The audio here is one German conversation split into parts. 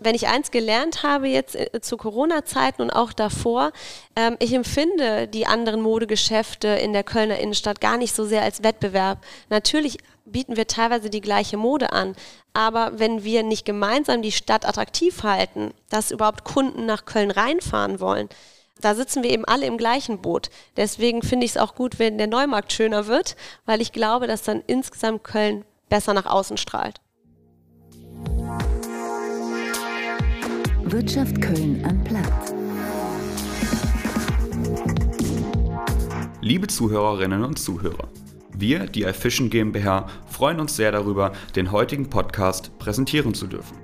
wenn ich eins gelernt habe jetzt zu Corona-Zeiten und auch davor, ich empfinde die anderen Modegeschäfte in der Kölner Innenstadt gar nicht so sehr als Wettbewerb. Natürlich bieten wir teilweise die gleiche Mode an, aber wenn wir nicht gemeinsam die Stadt attraktiv halten, dass überhaupt Kunden nach Köln reinfahren wollen, da sitzen wir eben alle im gleichen Boot. Deswegen finde ich es auch gut, wenn der Neumarkt schöner wird, weil ich glaube, dass dann insgesamt Köln besser nach außen strahlt. Wirtschaft Köln am Platz. Liebe Zuhörerinnen und Zuhörer, wir, die iFishing GmbH, freuen uns sehr darüber, den heutigen Podcast präsentieren zu dürfen.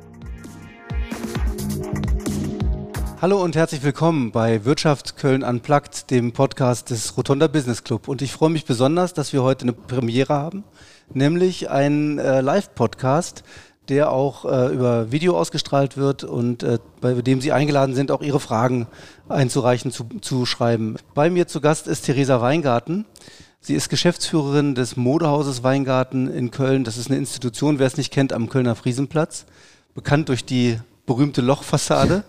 Hallo und herzlich willkommen bei Wirtschaft Köln Unplugged, dem Podcast des Rotonda Business Club. Und ich freue mich besonders, dass wir heute eine Premiere haben, nämlich einen Live-Podcast, der auch über Video ausgestrahlt wird und bei dem Sie eingeladen sind, auch Ihre Fragen einzureichen, zu schreiben. Bei mir zu Gast ist Theresa Weingarten. Sie ist Geschäftsführerin des Modehauses Weingarten in Köln. Das ist eine Institution, wer es nicht kennt, am Kölner Friesenplatz, bekannt durch die berühmte Lochfassade.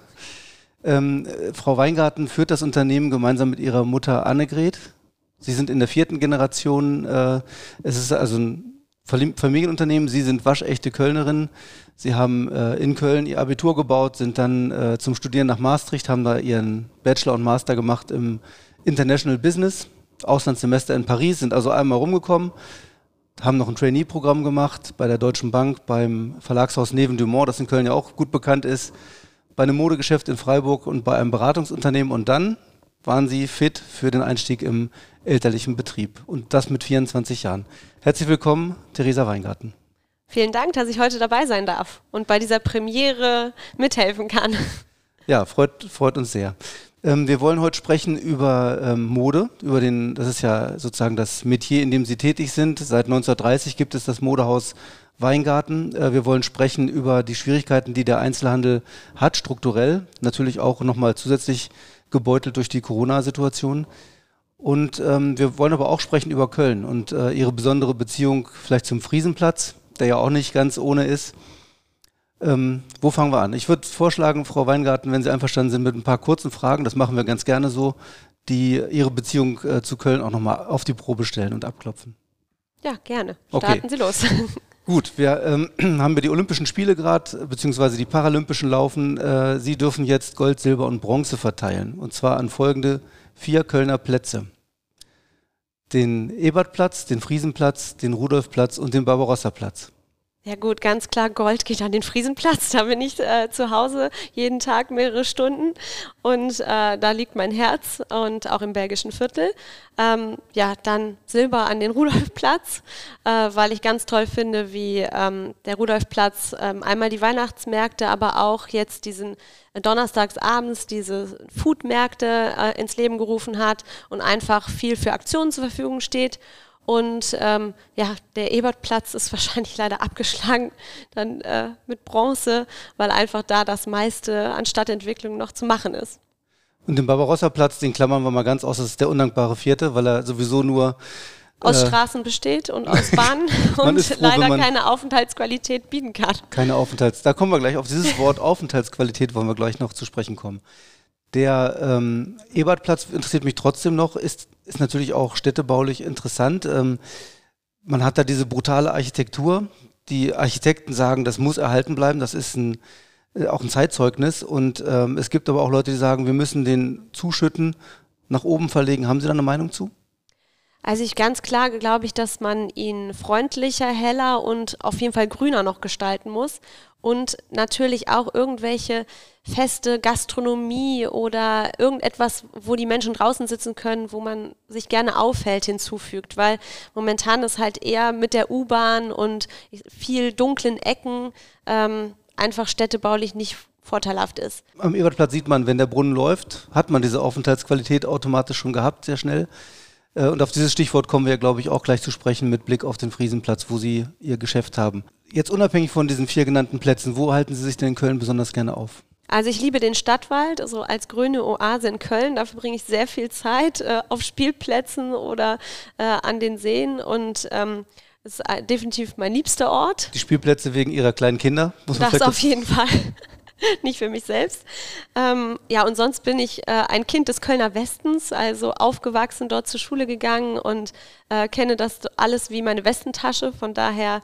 Frau Weingarten führt das Unternehmen gemeinsam mit ihrer Mutter Annegret. Sie sind in der 4. Generation. Es ist also ein Familienunternehmen. Sie sind waschechte Kölnerin. Sie haben in Köln ihr Abitur gebaut, sind dann zum Studieren nach Maastricht, haben da ihren Bachelor und Master gemacht im International Business, Auslandssemester in Paris, sind also einmal rumgekommen, haben noch ein Trainee-Programm gemacht bei der Deutschen Bank, beim Verlagshaus Neven Dumont, das in Köln ja auch gut bekannt ist, bei einem Modegeschäft in Freiburg und bei einem Beratungsunternehmen, und dann waren sie fit für den Einstieg im elterlichen Betrieb, und das mit 24 Jahren. Herzlich willkommen, Theresa Weingarten. Vielen Dank, dass ich heute dabei sein darf und bei dieser Premiere mithelfen kann. Ja, freut uns sehr. Wir wollen heute sprechen über Mode, das ist ja sozusagen das Metier, in dem Sie tätig sind. Seit 1930 gibt es das Modehaus Weingarten. Wir wollen sprechen über die Schwierigkeiten, die der Einzelhandel hat, strukturell, natürlich auch nochmal zusätzlich gebeutelt durch die Corona-Situation. Und wir wollen aber auch sprechen über Köln und Ihre besondere Beziehung vielleicht zum Friesenplatz, der ja auch nicht ganz ohne ist. Wo fangen wir an? Ich würde vorschlagen, Frau Weingarten, wenn Sie einverstanden sind, mit ein paar kurzen Fragen, das machen wir ganz gerne so, die Ihre Beziehung zu Köln auch nochmal auf die Probe stellen und abklopfen. Ja, gerne. Starten Sie los. Gut, wir haben die Olympischen Spiele gerade, beziehungsweise die Paralympischen laufen. Sie dürfen jetzt Gold, Silber und Bronze verteilen, und zwar an folgende 4 Kölner Plätze: den Ebertplatz, den Friesenplatz, den Rudolfplatz und den Barbarossaplatz. Ja gut, ganz klar, Gold geht an den Friesenplatz. Da bin ich zu Hause jeden Tag mehrere Stunden, und da liegt mein Herz, und auch im belgischen Viertel. Dann Silber an den Rudolfplatz, weil ich ganz toll finde, wie der Rudolfplatz einmal die Weihnachtsmärkte, aber auch jetzt diesen donnerstags abends diese Foodmärkte ins Leben gerufen hat und einfach viel für Aktionen zur Verfügung steht. Und der Ebertplatz ist wahrscheinlich leider abgeschlagen dann mit Bronze, weil einfach da das meiste an Stadtentwicklung noch zu machen ist. Und den Barbarossaplatz, den klammern wir mal ganz aus, das ist der undankbare 4., weil er sowieso nur aus Straßen besteht und aus Bahnen und froh, leider keine Aufenthaltsqualität bieten kann. Da kommen wir gleich auf dieses Wort Aufenthaltsqualität, wollen wir gleich noch zu sprechen kommen. Der Ebertplatz interessiert mich trotzdem noch, ist natürlich auch städtebaulich interessant. Man hat da diese brutale Architektur. Die Architekten sagen, das muss erhalten bleiben, das ist auch ein Zeitzeugnis. Und es gibt aber auch Leute, die sagen, wir müssen den zuschütten, nach oben verlegen. Haben Sie da eine Meinung zu? Also ganz klar glaube ich, dass man ihn freundlicher, heller und auf jeden Fall grüner noch gestalten muss. Und natürlich auch irgendwelche Feste, Gastronomie oder irgendetwas, wo die Menschen draußen sitzen können, wo man sich gerne aufhält, hinzufügt. Weil momentan ist halt eher mit der U-Bahn und viel dunklen Ecken einfach städtebaulich nicht vorteilhaft ist. Am Ebertplatz sieht man, wenn der Brunnen läuft, hat man diese Aufenthaltsqualität automatisch schon gehabt, sehr schnell. Und auf dieses Stichwort kommen wir ja, glaube ich, auch gleich zu sprechen mit Blick auf den Friesenplatz, wo Sie Ihr Geschäft haben. Jetzt unabhängig von diesen 4 genannten Plätzen, wo halten Sie sich denn in Köln besonders gerne auf? Also ich liebe den Stadtwald, also als grüne Oase in Köln. Dafür bringe ich sehr viel Zeit auf Spielplätzen oder an den Seen, und das ist definitiv mein liebster Ort. Die Spielplätze wegen Ihrer kleinen Kinder? Das auf jeden Fall. nicht für mich selbst. Ja, und sonst bin ich ein Kind des Kölner Westens, also aufgewachsen, dort zur Schule gegangen und kenne das alles wie meine Westentasche. Von daher,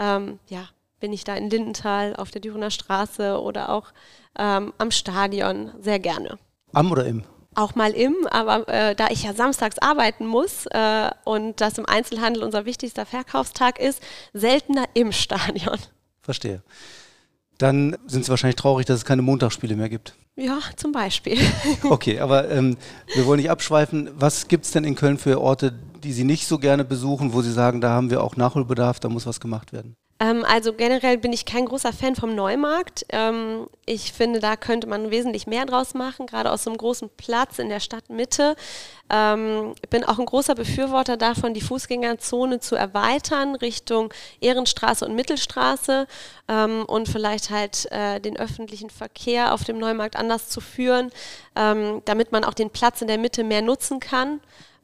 bin ich da in Lindenthal auf der Dürener Straße oder auch am Stadion sehr gerne. Am oder im? Auch mal aber da ich ja samstags arbeiten muss und das im Einzelhandel unser wichtigster Verkaufstag ist, seltener im Stadion. Verstehe. Dann sind Sie wahrscheinlich traurig, dass es keine Montagsspiele mehr gibt. Ja, zum Beispiel. Okay, aber wir wollen nicht abschweifen. Was gibt es denn in Köln für Orte, die Sie nicht so gerne besuchen, wo Sie sagen, da haben wir auch Nachholbedarf, da muss was gemacht werden? Also generell bin ich kein großer Fan vom Neumarkt. Ich finde, da könnte man wesentlich mehr draus machen, gerade aus so einem großen Platz in der Stadtmitte. Ich bin auch ein großer Befürworter davon, die Fußgängerzone zu erweitern Richtung Ehrenstraße und Mittelstraße und vielleicht halt den öffentlichen Verkehr auf dem Neumarkt anders zu führen, damit man auch den Platz in der Mitte mehr nutzen kann.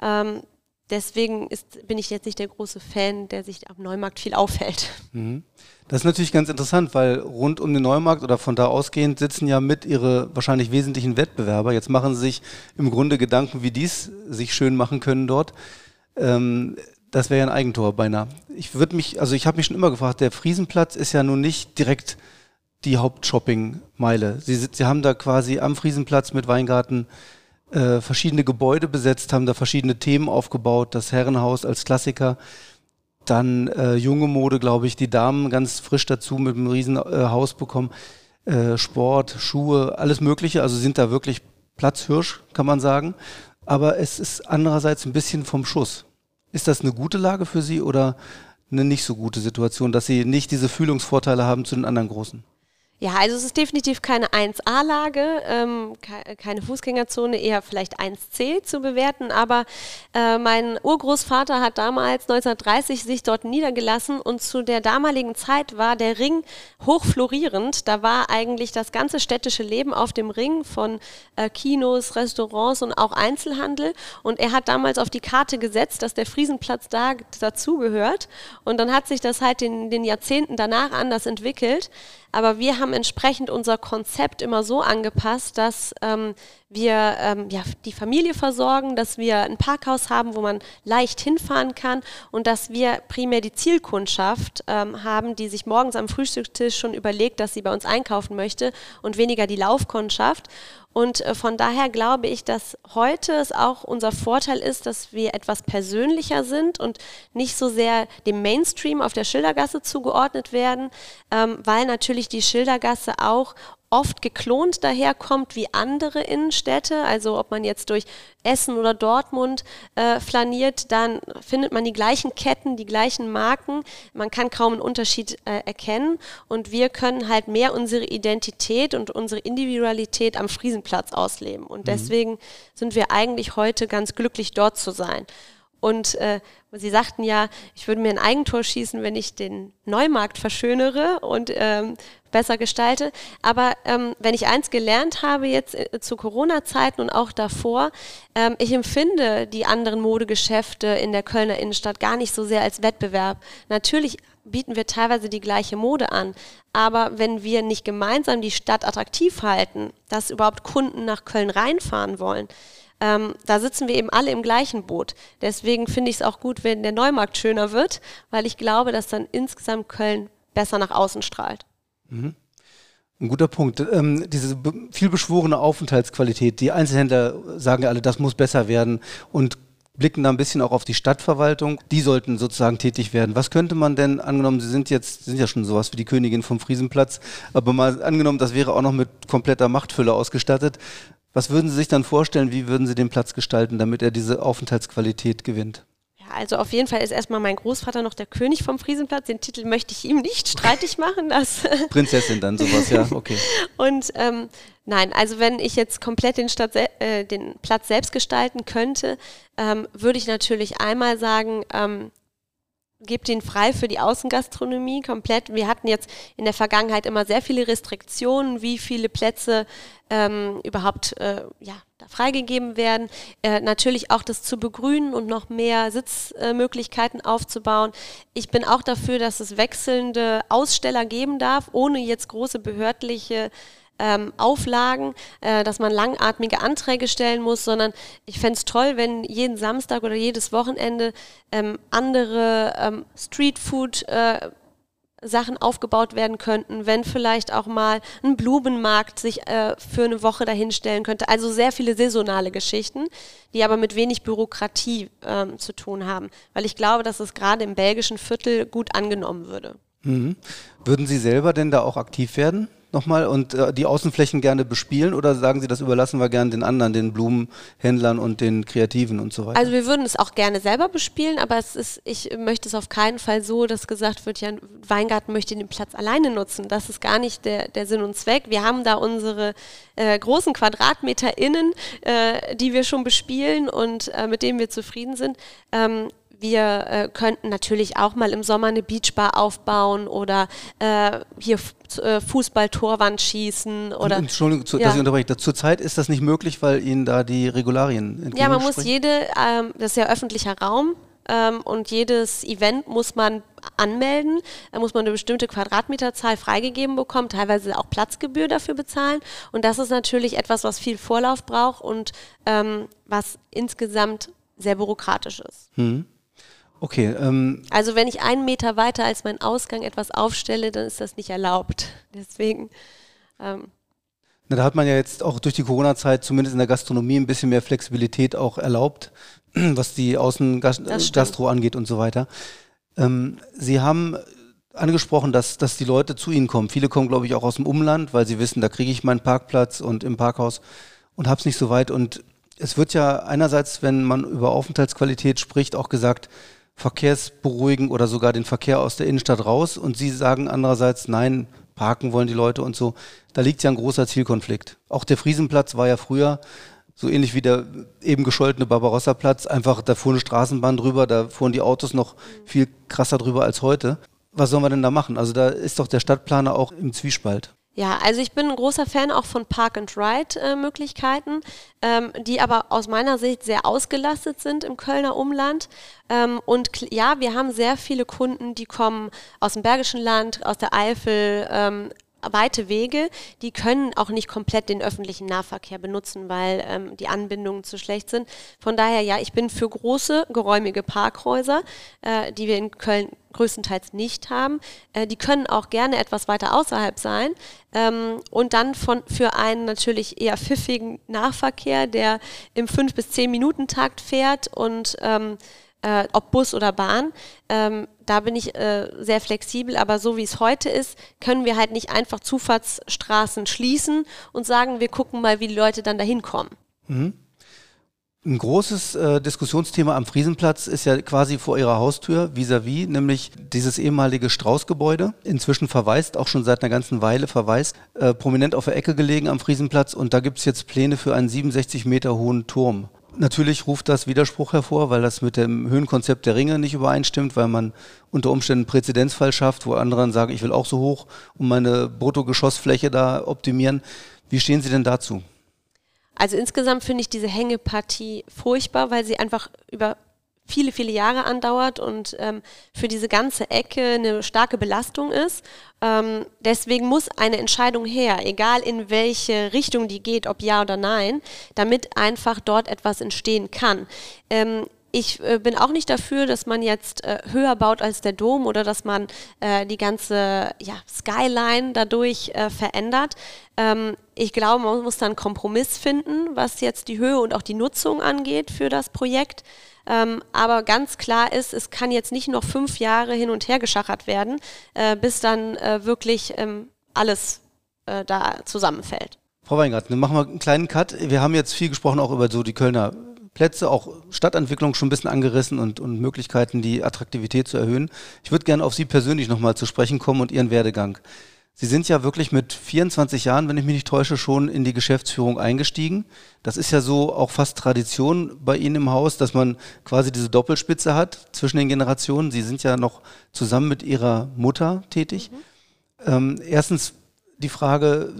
Deswegen bin ich jetzt nicht der große Fan, der sich am Neumarkt viel aufhält. Das ist natürlich ganz interessant, weil rund um den Neumarkt oder von da ausgehend sitzen ja mit Ihre wahrscheinlich wesentlichen Wettbewerber. Jetzt machen Sie sich im Grunde Gedanken, wie dies sich schön machen können dort. Das wäre ja ein Eigentor beinahe. Ich habe mich schon immer gefragt, der Friesenplatz ist ja nun nicht direkt die Hauptshoppingmeile. Sie haben da quasi am Friesenplatz mit Weingarten verschiedene Gebäude besetzt, haben da verschiedene Themen aufgebaut, das Herrenhaus als Klassiker, dann junge Mode, glaube ich, die Damen ganz frisch dazu mit einem riesen Haus bekommen, Sport, Schuhe, alles Mögliche, also sind da wirklich Platzhirsch, kann man sagen, aber es ist andererseits ein bisschen vom Schuss. Ist das eine gute Lage für Sie oder eine nicht so gute Situation, dass Sie nicht diese Fühlungsvorteile haben zu den anderen Großen? Ja, also es ist definitiv keine 1A-Lage, keine Fußgängerzone, eher vielleicht 1C zu bewerten, aber mein Urgroßvater hat damals 1930 sich dort niedergelassen und zu der damaligen Zeit war der Ring hochflorierend. Da war eigentlich das ganze städtische Leben auf dem Ring von Kinos, Restaurants und auch Einzelhandel und er hat damals auf die Karte gesetzt, dass der Friesenplatz dazugehört und dann hat sich das halt in den Jahrzehnten danach anders entwickelt. Aber wir haben entsprechend unser Konzept immer so angepasst, dass wir die Familie versorgen, dass wir ein Parkhaus haben, wo man leicht hinfahren kann und dass wir primär die Zielkundschaft haben, die sich morgens am Frühstückstisch schon überlegt, dass sie bei uns einkaufen möchte und weniger die Laufkundschaft. Und von daher glaube ich, dass heute es auch unser Vorteil ist, dass wir etwas persönlicher sind und nicht so sehr dem Mainstream auf der Schildergasse zugeordnet werden, weil natürlich die Schildergasse auch oft geklont daherkommt wie andere Innenstädte, also ob man jetzt durch Essen oder Dortmund flaniert, dann findet man die gleichen Ketten, die gleichen Marken, man kann kaum einen Unterschied erkennen und wir können halt mehr unsere Identität und unsere Individualität am Friesenplatz ausleben und deswegen sind wir eigentlich heute ganz glücklich, dort zu sein. Und Sie sagten ja, ich würde mir ein Eigentor schießen, wenn ich den Neumarkt verschönere und besser gestalte. Aber wenn ich eins gelernt habe jetzt zu Corona-Zeiten und auch davor, ich empfinde die anderen Modegeschäfte in der Kölner Innenstadt gar nicht so sehr als Wettbewerb. Natürlich bieten wir teilweise die gleiche Mode an, aber wenn wir nicht gemeinsam die Stadt attraktiv halten, dass überhaupt Kunden nach Köln reinfahren wollen, da sitzen wir eben alle im gleichen Boot. Deswegen finde ich es auch gut, wenn der Neumarkt schöner wird, weil ich glaube, dass dann insgesamt Köln besser nach außen strahlt. Mhm. Ein guter Punkt. Diese vielbeschworene Aufenthaltsqualität, die Einzelhändler sagen ja alle, das muss besser werden und blicken da ein bisschen auch auf die Stadtverwaltung. Die sollten sozusagen tätig werden. Was könnte man denn, angenommen, Sie sind ja schon sowas wie die Königin vom Friesenplatz, aber mal angenommen, das wäre auch noch mit kompletter Machtfülle ausgestattet. Was würden Sie sich dann vorstellen, wie würden Sie den Platz gestalten, damit er diese Aufenthaltsqualität gewinnt? Ja, also auf jeden Fall ist erstmal mein Großvater noch der König vom Friesenplatz. Den Titel möchte ich ihm nicht streitig machen. Prinzessin dann, sowas, ja, okay. Und nein, also wenn ich jetzt komplett den Platz selbst gestalten könnte, würde ich natürlich einmal sagen, gebt ihn frei für die Außengastronomie komplett. Wir hatten jetzt in der Vergangenheit immer sehr viele Restriktionen, wie viele Plätze überhaupt da freigegeben werden. Natürlich auch das zu begrünen und noch mehr Sitzmöglichkeiten aufzubauen. Ich bin auch dafür, dass es wechselnde Aussteller geben darf, ohne jetzt große behördliche Auflagen, dass man langatmige Anträge stellen muss, sondern ich fände es toll, wenn jeden Samstag oder jedes Wochenende andere Streetfood Sachen aufgebaut werden könnten, wenn vielleicht auch mal ein Blumenmarkt sich für eine Woche dahinstellen könnte. Also sehr viele saisonale Geschichten, die aber mit wenig Bürokratie zu tun haben, weil ich glaube, dass es gerade im belgischen Viertel gut angenommen würde. Mhm. Würden Sie selber denn da auch aktiv werden nochmal und die Außenflächen gerne bespielen oder sagen Sie, das überlassen wir gerne den anderen, den Blumenhändlern und den Kreativen und so weiter? Also wir würden es auch gerne selber bespielen, aber ich möchte es auf keinen Fall so, dass gesagt wird, ja, Weingarten möchte den Platz alleine nutzen. Das ist gar nicht der Sinn und Zweck. Wir haben da unsere großen QuadratmeterInnen, die wir schon bespielen und mit denen wir zufrieden sind. Wir könnten natürlich auch mal im Sommer eine Beachbar aufbauen oder hier Fußball-Torwand schießen. Oder, Entschuldigung, dass ich unterbreche. Zurzeit ist das nicht möglich, weil Ihnen da die Regularien entgegenspringen? Ja, man muss das ist ja öffentlicher Raum und jedes Event muss man anmelden. Da muss man eine bestimmte Quadratmeterzahl freigegeben bekommen, teilweise auch Platzgebühr dafür bezahlen. Und das ist natürlich etwas, was viel Vorlauf braucht und was insgesamt sehr bürokratisch ist. Okay. Also wenn ich 1 Meter weiter als mein Ausgang etwas aufstelle, dann ist das nicht erlaubt. Deswegen. Da hat man ja jetzt auch durch die Corona-Zeit zumindest in der Gastronomie ein bisschen mehr Flexibilität auch erlaubt, was die Außengastro angeht und so weiter. Sie haben angesprochen, dass die Leute zu Ihnen kommen. Viele kommen, glaube ich, auch aus dem Umland, weil sie wissen, da kriege ich meinen Parkplatz und im Parkhaus und habe es nicht so weit. Und es wird ja einerseits, wenn man über Aufenthaltsqualität spricht, auch gesagt, verkehrsberuhigen oder sogar den Verkehr aus der Innenstadt raus. Und Sie sagen andererseits, nein, parken wollen die Leute und so. Da liegt ja ein großer Zielkonflikt. Auch der Friesenplatz war ja früher so ähnlich wie der eben gescholtene Barbarossa-Platz. Einfach, da fuhr eine Straßenbahn drüber, da fuhren die Autos noch viel krasser drüber als heute. Was sollen wir denn da machen? Also da ist doch der Stadtplaner auch im Zwiespalt. Ja, also ich bin ein großer Fan auch von Park-and-Ride-Möglichkeiten, die aber aus meiner Sicht sehr ausgelastet sind im Kölner Umland. Und ja, wir haben sehr viele Kunden, die kommen aus dem Bergischen Land, aus der Eifel, weite Wege, die können auch nicht komplett den öffentlichen Nahverkehr benutzen, weil die Anbindungen zu schlecht sind. Von daher, ja, ich bin für große, geräumige Parkhäuser, die wir in Köln größtenteils nicht haben. Die können auch gerne etwas weiter außerhalb sein und dann für einen natürlich eher pfiffigen Nahverkehr, der im 5- bis 10-Minuten-Takt fährt und ob Bus oder Bahn, da bin ich sehr flexibel, aber so wie es heute ist, können wir halt nicht einfach Zufahrtsstraßen schließen und sagen, wir gucken mal, wie die Leute dann dahin kommen. Mhm. Ein großes Diskussionsthema am Friesenplatz ist ja quasi vor Ihrer Haustür, vis-à-vis, nämlich dieses ehemalige Strauß-Gebäude, inzwischen verwaist, auch schon seit einer ganzen Weile verwaist, prominent auf der Ecke gelegen am Friesenplatz und da gibt es jetzt Pläne für einen 67 Meter hohen Turm. Natürlich ruft das Widerspruch hervor, weil das mit dem Höhenkonzept der Ringe nicht übereinstimmt, weil man unter Umständen einen Präzedenzfall schafft, wo andere sagen, ich will auch so hoch und meine Bruttogeschossfläche da optimieren. Wie stehen Sie denn dazu? Also insgesamt finde ich diese Hängepartie furchtbar, weil sie einfach über viele, viele Jahre andauert und für diese ganze Ecke eine starke Belastung ist. Deswegen muss eine Entscheidung her, egal in welche Richtung die geht, ob ja oder nein, damit einfach dort etwas entstehen kann. Ich bin auch nicht dafür, dass man jetzt höher baut als der Dom oder dass man die ganze Skyline dadurch verändert. Ich glaube, man muss da einen Kompromiss finden, was jetzt die Höhe und auch die Nutzung angeht für das Projekt. Aber ganz klar ist, es kann jetzt nicht noch 5 Jahre hin und her geschachert werden, bis dann wirklich alles da zusammenfällt. Frau Weingart, dann machen wir einen kleinen Cut. Wir haben jetzt viel gesprochen auch über so die Kölner Plätze, auch Stadtentwicklung schon ein bisschen angerissen und Möglichkeiten, die Attraktivität zu erhöhen. Ich würde gerne auf Sie persönlich nochmal zu sprechen kommen und Ihren Werdegang. Sie sind ja wirklich mit 24 Jahren, wenn ich mich nicht täusche, schon in die Geschäftsführung eingestiegen. Das ist ja so auch fast Tradition bei Ihnen im Haus, dass man quasi diese Doppelspitze hat zwischen den Generationen. Sie sind ja noch zusammen mit Ihrer Mutter tätig. Erstens die Frage,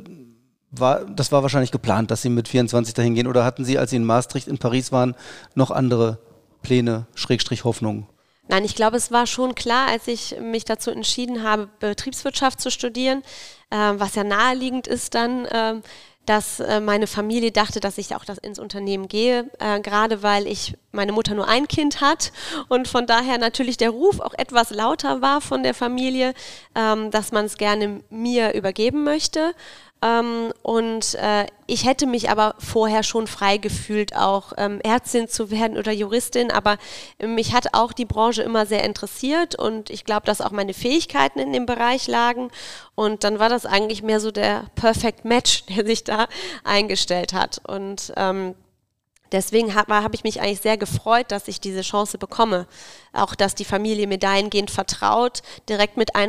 das war wahrscheinlich geplant, dass Sie mit 24 dahin gehen, oder hatten Sie, als Sie in Maastricht, in Paris waren, noch andere Pläne, / Hoffnungen? Nein, ich glaube, es war schon klar, als ich mich dazu entschieden habe, Betriebswirtschaft zu studieren, was ja naheliegend ist dann, dass meine Familie dachte, dass ich auch ins Unternehmen gehe, gerade weil meine Mutter nur ein Kind hat und von daher natürlich der Ruf auch etwas lauter war von der Familie, dass man es gerne mir übergeben möchte. Ich hätte mich aber vorher schon frei gefühlt, auch Ärztin zu werden oder Juristin, aber mich hat auch die Branche immer sehr interessiert und ich glaube, dass auch meine Fähigkeiten in dem Bereich lagen und dann war das eigentlich mehr so der Perfect Match, der sich da eingestellt hat und deswegen habe ich mich eigentlich sehr gefreut, dass ich diese Chance bekomme. Auch, dass die Familie mir dahingehend vertraut, direkt mit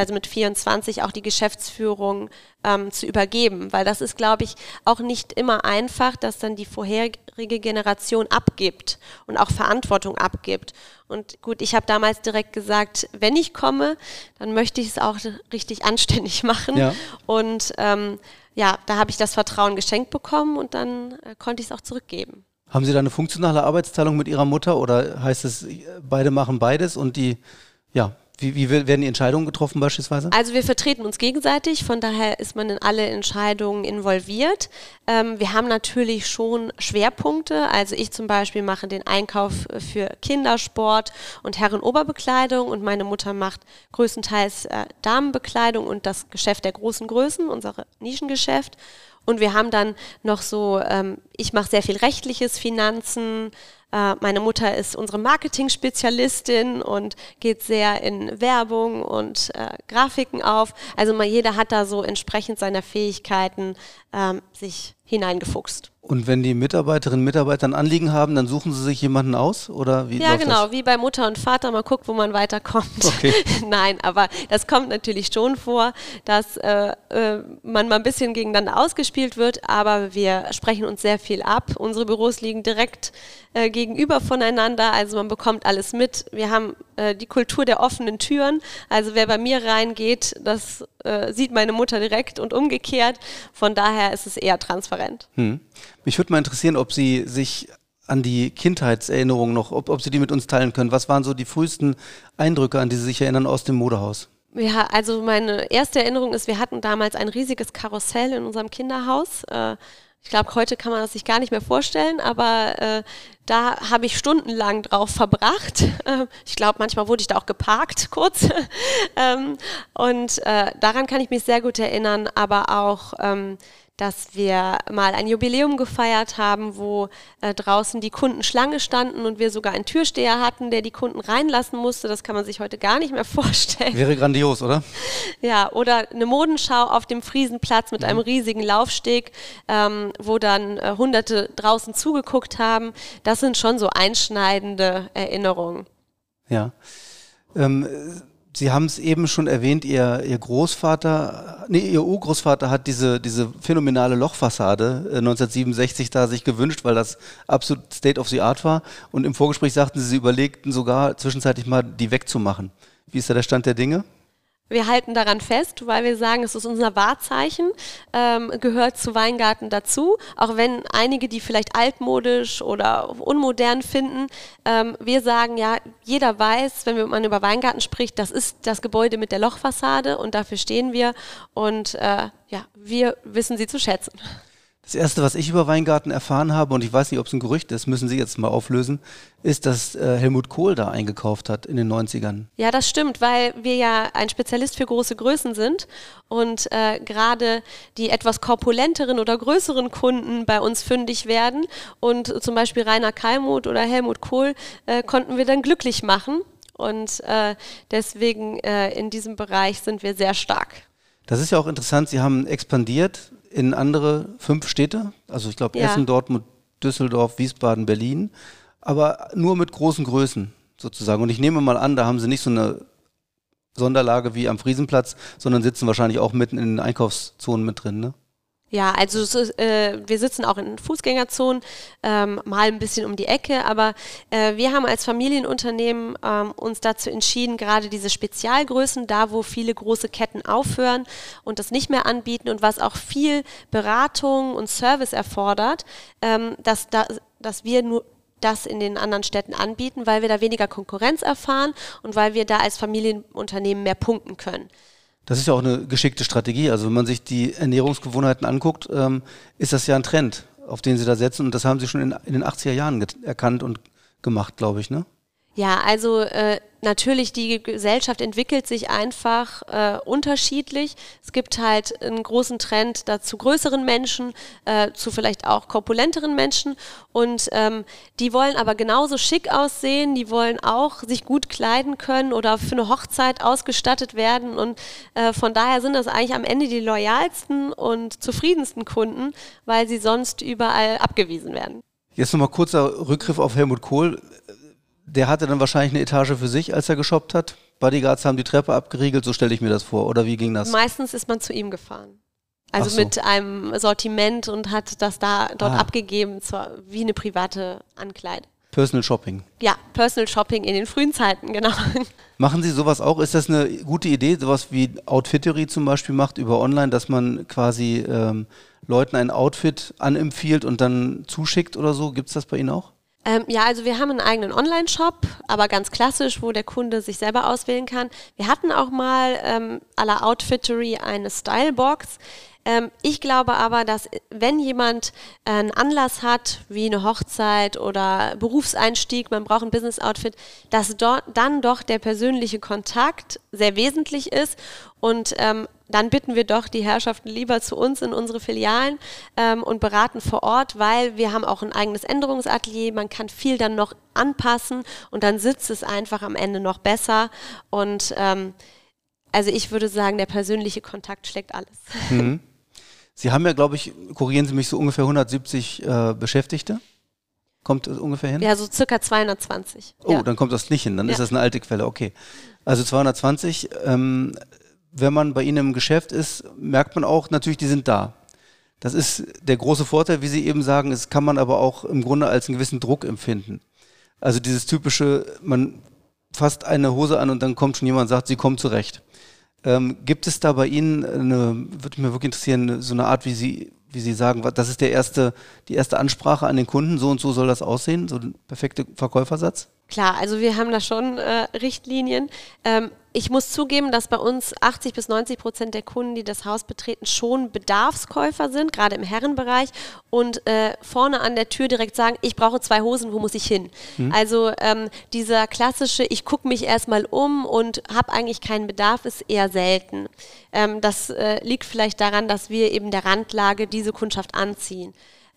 24 auch die Geschäftsführung zu übergeben. Weil das ist, glaube ich, auch nicht immer einfach, dass dann die vorherige Generation abgibt und auch Verantwortung abgibt. Und gut, ich habe damals direkt gesagt, wenn ich komme, dann möchte ich es auch richtig anständig machen. Ja. Und da habe ich das Vertrauen geschenkt bekommen und dann konnte ich es auch zurückgeben. Haben Sie da eine funktionale Arbeitsteilung mit Ihrer Mutter oder heißt es, beide machen beides und wie werden die Entscheidungen getroffen beispielsweise? Also wir vertreten uns gegenseitig, von daher ist man in alle Entscheidungen involviert. Wir haben natürlich schon Schwerpunkte, also ich zum Beispiel mache den Einkauf für Kindersport und Herren-Oberbekleidung und meine Mutter macht größtenteils Damenbekleidung und das Geschäft der großen Größen, unser Nischengeschäft. Und wir haben dann noch so, ich mache sehr viel rechtliches, Finanzen, meine Mutter ist unsere Marketing-Spezialistin und geht sehr in Werbung und Grafiken auf. Also jeder hat da so entsprechend seiner Fähigkeiten sich hineingefuchst. Und wenn die Mitarbeiterinnen und Mitarbeiter ein Anliegen haben, dann suchen sie sich jemanden aus? Oder wie läuft das? Wie bei Mutter und Vater, man guckt, wo man weiterkommt. Okay. Nein, aber das kommt natürlich schon vor, dass man mal ein bisschen gegeneinander ausgespielt wird, aber wir sprechen uns sehr viel ab. Unsere Büros liegen direkt gegenüber voneinander, also man bekommt alles mit. Wir haben die Kultur der offenen Türen, also wer bei mir reingeht, das sieht meine Mutter direkt und umgekehrt. Von daher ist es eher transparent. Mich würde mal interessieren, ob Sie sich an die Kindheitserinnerungen noch, ob Sie die mit uns teilen können. Was waren so die frühesten Eindrücke, an die Sie sich erinnern aus dem Modehaus? Ja, also meine erste Erinnerung ist, wir hatten damals ein riesiges Karussell in unserem Kinderhaus. Ich glaube, heute kann man das sich gar nicht mehr vorstellen, aber da habe ich stundenlang drauf verbracht. Ich glaube, manchmal wurde ich da auch geparkt, kurz. Daran kann ich mich sehr gut erinnern, aber auch, dass wir mal ein Jubiläum gefeiert haben, wo draußen die Kunden Schlange standen und wir sogar einen Türsteher hatten, der die Kunden reinlassen musste. Das kann man sich heute gar nicht mehr vorstellen. Wäre grandios, oder? Ja, oder eine Modenschau auf dem Friesenplatz mit einem riesigen Laufsteg, wo dann Hunderte draußen zugeguckt haben. Das sind schon so einschneidende Erinnerungen. Ja. Sie haben es eben schon erwähnt, Ihr Urgroßvater hat diese phänomenale Lochfassade 1967 da sich gewünscht, weil das absolut State of the Art war. Und im Vorgespräch sagten Sie überlegten sogar zwischenzeitlich mal, die wegzumachen. Wie ist da der Stand der Dinge? Wir halten daran fest, weil wir sagen, es ist unser Wahrzeichen, gehört zu Weingarten dazu, auch wenn einige die vielleicht altmodisch oder unmodern finden. Wir sagen ja, jeder weiß, wenn man über Weingarten spricht, das ist das Gebäude mit der Lochfassade und dafür stehen wir und wir wissen sie zu schätzen. Das Erste, was ich über Weingarten erfahren habe, und ich weiß nicht, ob es ein Gerücht ist, müssen Sie jetzt mal auflösen, ist, dass Helmut Kohl da eingekauft hat in den 90ern. Ja, das stimmt, weil wir ja ein Spezialist für große Größen sind und gerade die etwas korpulenteren oder größeren Kunden bei uns fündig werden und zum Beispiel Rainer Kallmut oder Helmut Kohl konnten wir dann glücklich machen und deswegen in diesem Bereich sind wir sehr stark. Das ist ja auch interessant, Sie haben expandiert in andere 5 Städte, also ich glaube Essen, Dortmund, Düsseldorf, Wiesbaden, Berlin, aber nur mit großen Größen sozusagen. Und ich nehme mal an, da haben Sie nicht so eine Sonderlage wie am Friesenplatz, sondern sitzen wahrscheinlich auch mitten in den Einkaufszonen mit drin, ne? Ja, also wir sitzen auch in Fußgängerzonen, mal ein bisschen um die Ecke, aber wir haben als Familienunternehmen uns dazu entschieden, gerade diese Spezialgrößen, da wo viele große Ketten aufhören und das nicht mehr anbieten und was auch viel Beratung und Service erfordert, dass wir nur das in den anderen Städten anbieten, weil wir da weniger Konkurrenz erfahren und weil wir da als Familienunternehmen mehr punkten können. Das ist ja auch eine geschickte Strategie. Also wenn man sich die Ernährungsgewohnheiten anguckt, ist das ja ein Trend, auf den Sie da setzen. Und das haben Sie schon in den 80er Jahren erkannt und gemacht, glaube ich, ne? Ja, also natürlich, die Gesellschaft entwickelt sich einfach unterschiedlich. Es gibt halt einen großen Trend zu größeren Menschen, zu vielleicht auch korpulenteren Menschen und die wollen aber genauso schick aussehen, die wollen auch sich gut kleiden können oder für eine Hochzeit ausgestattet werden und von daher sind das eigentlich am Ende die loyalsten und zufriedensten Kunden, weil sie sonst überall abgewiesen werden. Jetzt nochmal kurzer Rückgriff auf Helmut Kohl. Der hatte dann wahrscheinlich eine Etage für sich, als er geshoppt hat. Bodyguards haben die Treppe abgeriegelt, so stelle ich mir das vor. Oder wie ging das? Meistens ist man zu ihm gefahren. Also so. Mit einem Sortiment und hat das dort abgegeben, wie eine private Ankleide. Personal Shopping. Ja, Personal Shopping in den frühen Zeiten, genau. Machen Sie sowas auch? Ist das eine gute Idee, sowas wie Outfittery zum Beispiel macht über online, dass man quasi Leuten ein Outfit anempfiehlt und dann zuschickt oder so? Gibt es das bei Ihnen auch? Ja, also wir haben einen eigenen Online-Shop, aber ganz klassisch, wo der Kunde sich selber auswählen kann. Wir hatten auch mal à la Outfittery eine Stylebox. Ich glaube aber, dass wenn jemand einen Anlass hat, wie eine Hochzeit oder Berufseinstieg, man braucht ein Business-Outfit, dass dann doch der persönliche Kontakt sehr wesentlich ist und dann bitten wir doch die Herrschaften lieber zu uns in unsere Filialen und beraten vor Ort, weil wir haben auch ein eigenes Änderungsatelier, man kann viel dann noch anpassen und dann sitzt es einfach am Ende noch besser und also ich würde sagen, der persönliche Kontakt schlägt alles. Mhm. Sie haben ja, glaube ich, korrigieren Sie mich, so ungefähr 170 Beschäftigte. Kommt das ungefähr hin? Ja, so circa 220. Oh, ja. Dann kommt das nicht hin, dann ist das eine alte Quelle, okay. Also 220, wenn man bei Ihnen im Geschäft ist, merkt man auch natürlich, die sind da. Das ist der große Vorteil, wie Sie eben sagen, das kann man aber auch im Grunde als einen gewissen Druck empfinden. Also dieses typische, man fasst eine Hose an und dann kommt schon jemand und sagt, Sie kommen zurecht. Gibt es da bei Ihnen, würde mich wirklich interessieren, so eine Art, wie Sie sagen, das ist die erste Ansprache an den Kunden, so und so soll das aussehen, so ein perfekter Verkäufersatz? Klar, also wir haben da schon Richtlinien. Ich muss zugeben, dass bei uns 80-90% der Kunden, die das Haus betreten, schon Bedarfskäufer sind, gerade im Herrenbereich und vorne an der Tür direkt sagen, ich brauche 2 Hosen, wo muss ich hin? Also dieser klassische, ich gucke mich erstmal um und habe eigentlich keinen Bedarf, ist eher selten. Das liegt vielleicht daran, dass wir eben der Randlage diese Kundschaft anziehen.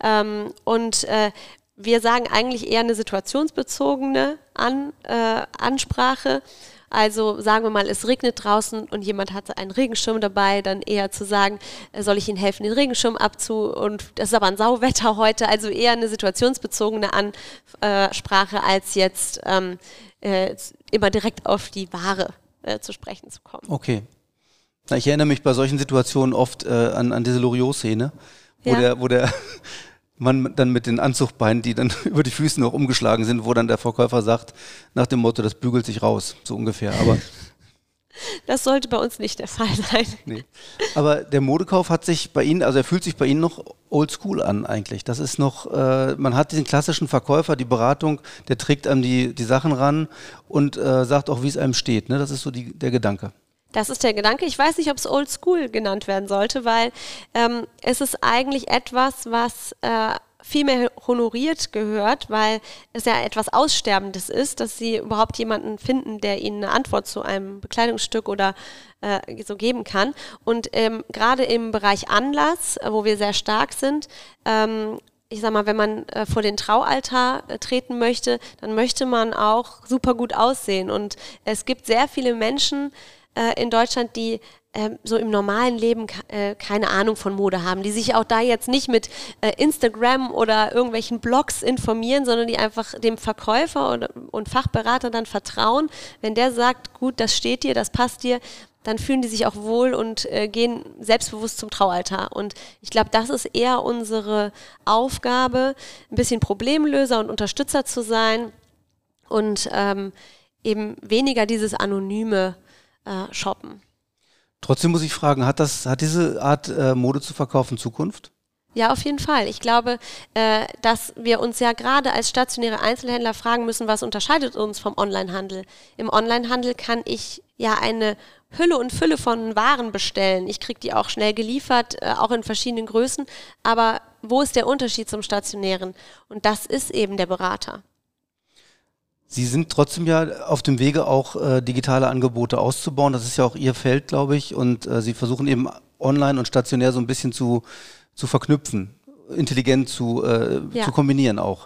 Wir sagen eigentlich eher eine situationsbezogene Ansprache. Also sagen wir mal, es regnet draußen und jemand hatte einen Regenschirm dabei, dann eher zu sagen, soll ich Ihnen helfen, den Regenschirm und das ist aber ein Sauwetter heute, also eher eine situationsbezogene Ansprache, als jetzt immer direkt auf die Ware zu sprechen zu kommen. Okay. Na, ich erinnere mich bei solchen Situationen oft an diese Loriot-Szene, wo der Mann dann mit den Anzugbeinen, die dann über die Füße noch umgeschlagen sind, wo dann der Verkäufer sagt, nach dem Motto, das bügelt sich raus, so ungefähr. Aber das sollte bei uns nicht der Fall sein. Nee. Aber der Modekauf hat sich bei Ihnen, also er fühlt sich bei Ihnen noch oldschool an eigentlich. Das ist noch, man hat diesen klassischen Verkäufer, die Beratung, der trägt einem die Sachen ran und sagt auch, wie es einem steht. Ne? Das ist so der Gedanke. Das ist der Gedanke. Ich weiß nicht, ob es Old School genannt werden sollte, weil es ist eigentlich etwas, was viel mehr honoriert gehört, weil es ja etwas Aussterbendes ist, dass Sie überhaupt jemanden finden, der Ihnen eine Antwort zu einem Bekleidungsstück oder so geben kann. Und gerade im Bereich Anlass, wo wir sehr stark sind, ich sag mal, wenn man vor den Traualtar treten möchte, dann möchte man auch super gut aussehen. Und es gibt sehr viele Menschen in Deutschland, die so im normalen Leben keine Ahnung von Mode haben, die sich auch da jetzt nicht mit Instagram oder irgendwelchen Blogs informieren, sondern die einfach dem Verkäufer und Fachberater dann vertrauen. Wenn der sagt, gut, das steht dir, das passt dir, dann fühlen die sich auch wohl und gehen selbstbewusst zum Traualtar. Und ich glaube, das ist eher unsere Aufgabe, ein bisschen Problemlöser und Unterstützer zu sein und eben weniger dieses anonyme Shoppen. Trotzdem muss ich fragen, hat diese Art Mode zu verkaufen Zukunft? Ja, auf jeden Fall. Ich glaube, dass wir uns ja gerade als stationäre Einzelhändler fragen müssen, was unterscheidet uns vom Onlinehandel. Im Onlinehandel kann ich ja eine Hülle und Fülle von Waren bestellen. Ich kriege die auch schnell geliefert, auch in verschiedenen Größen. Aber wo ist der Unterschied zum Stationären? Und das ist eben der Berater. Sie sind trotzdem ja auf dem Wege, auch digitale Angebote auszubauen. Das ist ja auch Ihr Feld, glaube ich. Und Sie versuchen eben online und stationär so ein bisschen zu verknüpfen, intelligent zu kombinieren auch.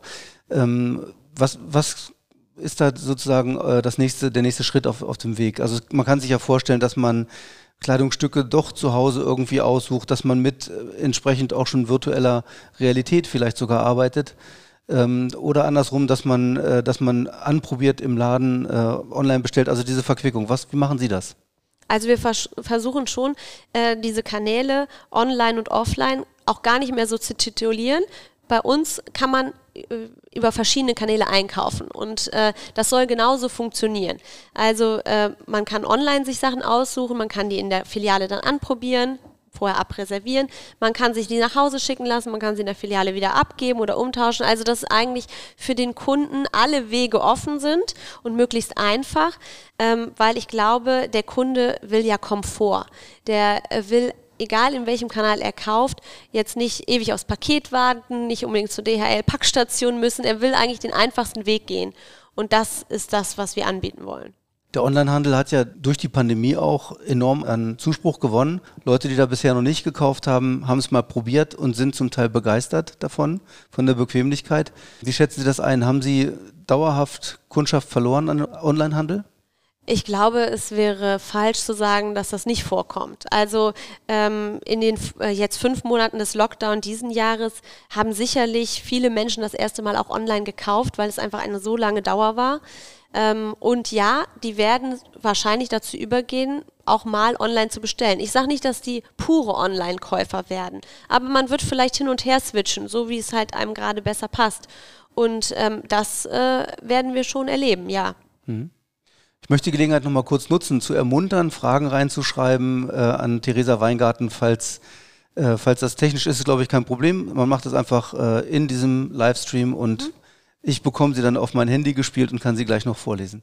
Was ist da sozusagen der nächste Schritt auf dem Weg? Also man kann sich ja vorstellen, dass man Kleidungsstücke doch zu Hause irgendwie aussucht, dass man mit entsprechend auch schon virtueller Realität vielleicht sogar arbeitet. Oder andersrum, dass man anprobiert im Laden online bestellt, also diese Verquickung. Wie machen Sie das? Also wir versuchen schon, diese Kanäle online und offline auch gar nicht mehr so zu titulieren. Bei uns kann man über verschiedene Kanäle einkaufen und das soll genauso funktionieren. Also man kann online sich Sachen aussuchen, man kann die in der Filiale dann anprobieren, vorher abreservieren, man kann sich die nach Hause schicken lassen, man kann sie in der Filiale wieder abgeben oder umtauschen, also dass eigentlich für den Kunden alle Wege offen sind und möglichst einfach, weil ich glaube, der Kunde will ja Komfort, der will, egal in welchem Kanal er kauft, jetzt nicht ewig aufs Paket warten, nicht unbedingt zur DHL-Packstation müssen, er will eigentlich den einfachsten Weg gehen und das ist das, was wir anbieten wollen. Der Onlinehandel hat ja durch die Pandemie auch enorm an Zuspruch gewonnen. Leute, die da bisher noch nicht gekauft haben, haben es mal probiert und sind zum Teil begeistert davon, von der Bequemlichkeit. Wie schätzen Sie das ein? Haben Sie dauerhaft Kundschaft verloren an Onlinehandel? Ich glaube, es wäre falsch zu sagen, dass das nicht vorkommt. Also in den jetzt 5 Monaten des Lockdown diesen Jahres haben sicherlich viele Menschen das erste Mal auch online gekauft, weil es einfach eine so lange Dauer war. Und ja, die werden wahrscheinlich dazu übergehen, auch mal online zu bestellen. Ich sage nicht, dass die pure Online-Käufer werden, aber man wird vielleicht hin und her switchen, so wie es halt einem gerade besser passt. Und das werden wir schon erleben, ja. Ich möchte die Gelegenheit noch mal kurz nutzen, zu ermuntern, Fragen reinzuschreiben an Theresa Weingarten, falls das technisch ist, glaube ich, kein Problem. Man macht das einfach in diesem Livestream und ich bekomme sie dann auf mein Handy gespielt und kann sie gleich noch vorlesen.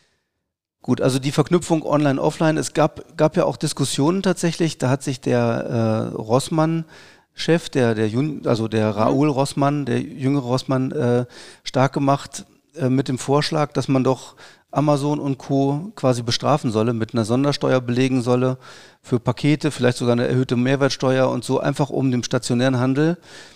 Gut, also die Verknüpfung Online-Offline, es gab ja auch Diskussionen tatsächlich, da hat sich der Rossmann-Chef, der Raoul Rossmann, der jüngere Rossmann, stark gemacht mit dem Vorschlag, dass man doch Amazon und Co. quasi bestrafen solle, mit einer Sondersteuer belegen solle für Pakete, vielleicht sogar eine erhöhte Mehrwertsteuer und so, einfach um dem stationären Handel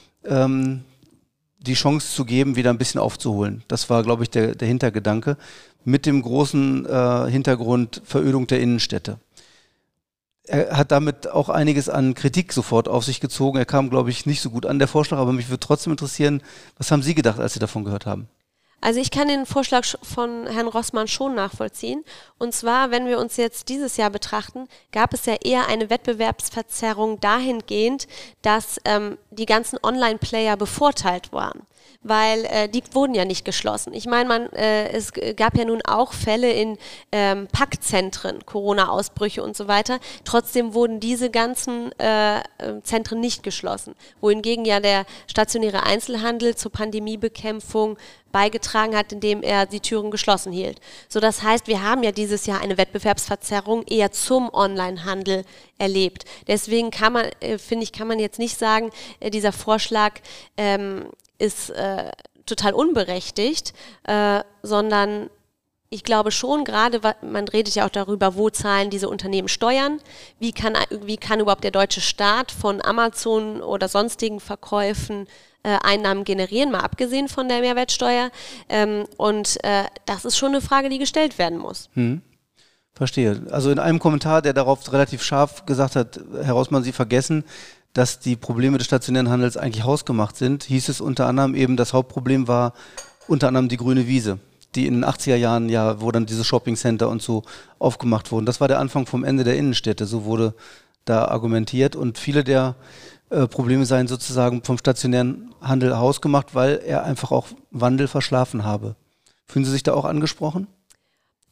die Chance zu geben, wieder ein bisschen aufzuholen. Das war, glaube ich, der Hintergedanke, mit dem großen Hintergrund Verödung der Innenstädte. Er hat damit auch einiges an Kritik sofort auf sich gezogen. Er kam, glaube ich, nicht so gut an, der Vorschlag, aber mich würde trotzdem interessieren, was haben Sie gedacht, als Sie davon gehört haben? Also ich kann den Vorschlag von Herrn Rossmann schon nachvollziehen. Und zwar, wenn wir uns jetzt dieses Jahr betrachten, gab es ja eher eine Wettbewerbsverzerrung dahingehend, dass die ganzen Online-Player bevorteilt waren. Weil die wurden ja nicht geschlossen. Ich meine, es gab ja nun auch Fälle in Packzentren, Corona-Ausbrüche und so weiter. Trotzdem wurden diese ganzen Zentren nicht geschlossen. Wohingegen ja der stationäre Einzelhandel zur Pandemiebekämpfung beigetragen hat, indem er die Türen geschlossen hielt. So, das heißt, wir haben ja dieses Jahr eine Wettbewerbsverzerrung eher zum Onlinehandel erlebt. Deswegen kann man jetzt nicht sagen, dieser Vorschlag ist total unberechtigt, sondern ich glaube schon, gerade, man redet ja auch darüber, wo zahlen diese Unternehmen Steuern, wie kann überhaupt der deutsche Staat von Amazon oder sonstigen Verkäufen Einnahmen generieren, mal abgesehen von der Mehrwertsteuer. Das ist schon eine Frage, die gestellt werden muss. Verstehe. Also in einem Kommentar, der darauf relativ scharf gesagt hat, Herr Rossmann, Sie vergessen, dass die Probleme des stationären Handels eigentlich hausgemacht sind, hieß es unter anderem eben, das Hauptproblem war unter anderem die grüne Wiese, die in den 80er Jahren ja, wo dann diese Shoppingcenter und so aufgemacht wurden. Das war der Anfang vom Ende der Innenstädte, so wurde da argumentiert und viele der Probleme seien sozusagen vom stationären Handel hausgemacht, weil er einfach auch Wandel verschlafen habe. Fühlen Sie sich da auch angesprochen?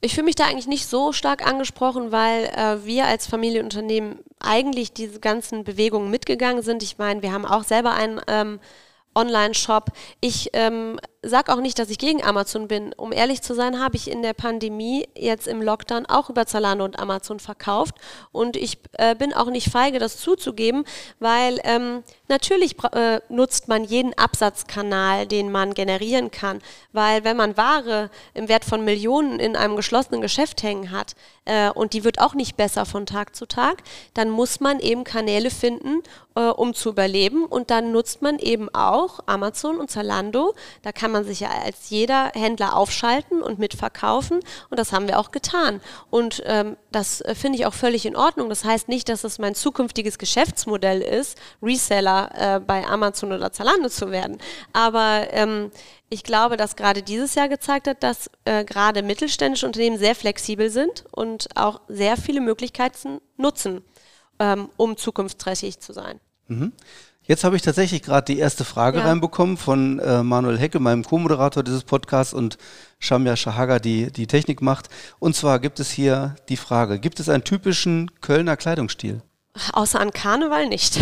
Ich fühle mich da eigentlich nicht so stark angesprochen, weil wir als Familienunternehmen eigentlich diese ganzen Bewegungen mitgegangen sind. Ich meine, wir haben auch selber einen Online-Shop. Ich sage auch nicht, dass ich gegen Amazon bin. Um ehrlich zu sein, habe ich in der Pandemie jetzt im Lockdown auch über Zalando und Amazon verkauft und ich bin auch nicht feige, das zuzugeben, weil natürlich nutzt man jeden Absatzkanal, den man generieren kann, weil wenn man Ware im Wert von Millionen in einem geschlossenen Geschäft hängen hat und die wird auch nicht besser von Tag zu Tag, dann muss man eben Kanäle finden, um zu überleben und dann nutzt man eben auch Amazon und Zalando. Da kann man sich ja als jeder Händler aufschalten und mitverkaufen und das haben wir auch getan. Und das finde ich auch völlig in Ordnung. Das heißt nicht, dass es mein zukünftiges Geschäftsmodell ist, Reseller bei Amazon oder Zalando zu werden. Aber ich glaube, dass gerade dieses Jahr gezeigt hat, dass gerade mittelständische Unternehmen sehr flexibel sind und auch sehr viele Möglichkeiten nutzen, um zukunftsträchtig zu sein. Mhm. Jetzt habe ich tatsächlich gerade die erste Frage reinbekommen von Manuel Hecke, meinem Co-Moderator dieses Podcasts, und Shamia Shahaga, die Technik macht. Und zwar gibt es hier die Frage, gibt es einen typischen Kölner Kleidungsstil? Außer an Karneval nicht.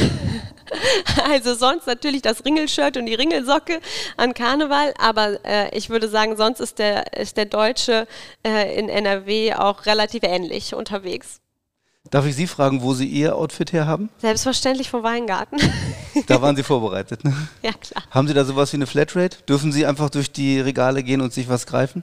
Also sonst natürlich das Ringelshirt und die Ringelsocke an Karneval, aber ich würde sagen, sonst ist der Deutsche in NRW auch relativ ähnlich unterwegs. Darf ich Sie fragen, wo Sie Ihr Outfit her haben? Selbstverständlich vom Weingarten. Da waren Sie vorbereitet, ne? Ja, klar. Haben Sie da sowas wie eine Flatrate? Dürfen Sie einfach durch die Regale gehen und sich was greifen?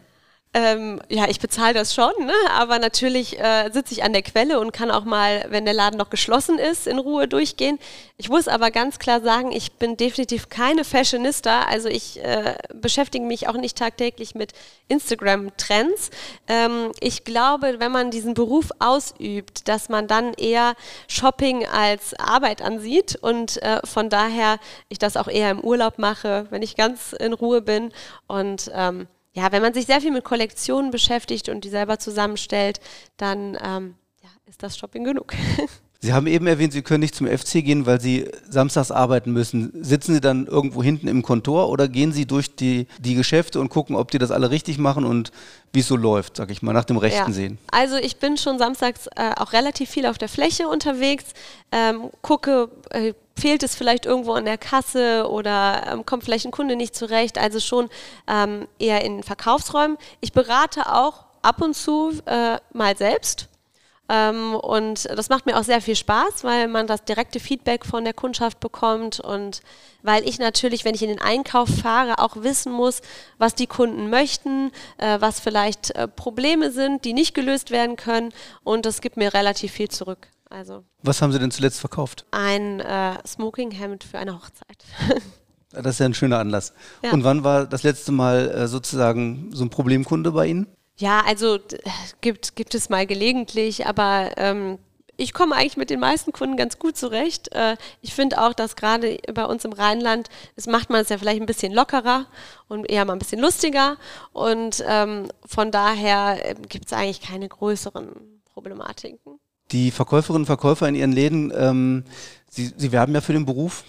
Ja, ich bezahle das schon, ne? Aber natürlich sitze ich an der Quelle und kann auch mal, wenn der Laden noch geschlossen ist, in Ruhe durchgehen. Ich muss aber ganz klar sagen, ich bin definitiv keine Fashionista, also ich beschäftige mich auch nicht tagtäglich mit Instagram-Trends. Ich glaube, wenn man diesen Beruf ausübt, dass man dann eher Shopping als Arbeit ansieht und von daher ich das auch eher im Urlaub mache, wenn ich ganz in Ruhe bin und ja, wenn man sich sehr viel mit Kollektionen beschäftigt und die selber zusammenstellt, dann ist das Shopping genug. Sie haben eben erwähnt, Sie können nicht zum FC gehen, weil Sie samstags arbeiten müssen. Sitzen Sie dann irgendwo hinten im Kontor oder gehen Sie durch die Geschäfte und gucken, ob die das alle richtig machen und wie es so läuft, sag ich mal, nach dem Rechten sehen? Also ich bin schon samstags auch relativ viel auf der Fläche unterwegs, gucke, fehlt es vielleicht irgendwo an der Kasse oder kommt vielleicht ein Kunde nicht zurecht, also schon eher in Verkaufsräumen. Ich berate auch ab und zu mal selbst. Und das macht mir auch sehr viel Spaß, weil man das direkte Feedback von der Kundschaft bekommt und weil ich natürlich, wenn ich in den Einkauf fahre, auch wissen muss, was die Kunden möchten, was vielleicht Probleme sind, die nicht gelöst werden können und das gibt mir relativ viel zurück. Also was haben Sie denn zuletzt verkauft? Ein Smokinghemd für eine Hochzeit. Das ist ja ein schöner Anlass. Ja. Und wann war das letzte Mal sozusagen so ein Problemkunde bei Ihnen? Ja, also gibt es mal gelegentlich, aber ich komme eigentlich mit den meisten Kunden ganz gut zurecht. Ich finde auch, dass gerade bei uns im Rheinland, das macht man es ja vielleicht ein bisschen lockerer und eher mal ein bisschen lustiger und von daher gibt es eigentlich keine größeren Problematiken. Die Verkäuferinnen und Verkäufer in ihren Läden, sie werben ja für den Beruf,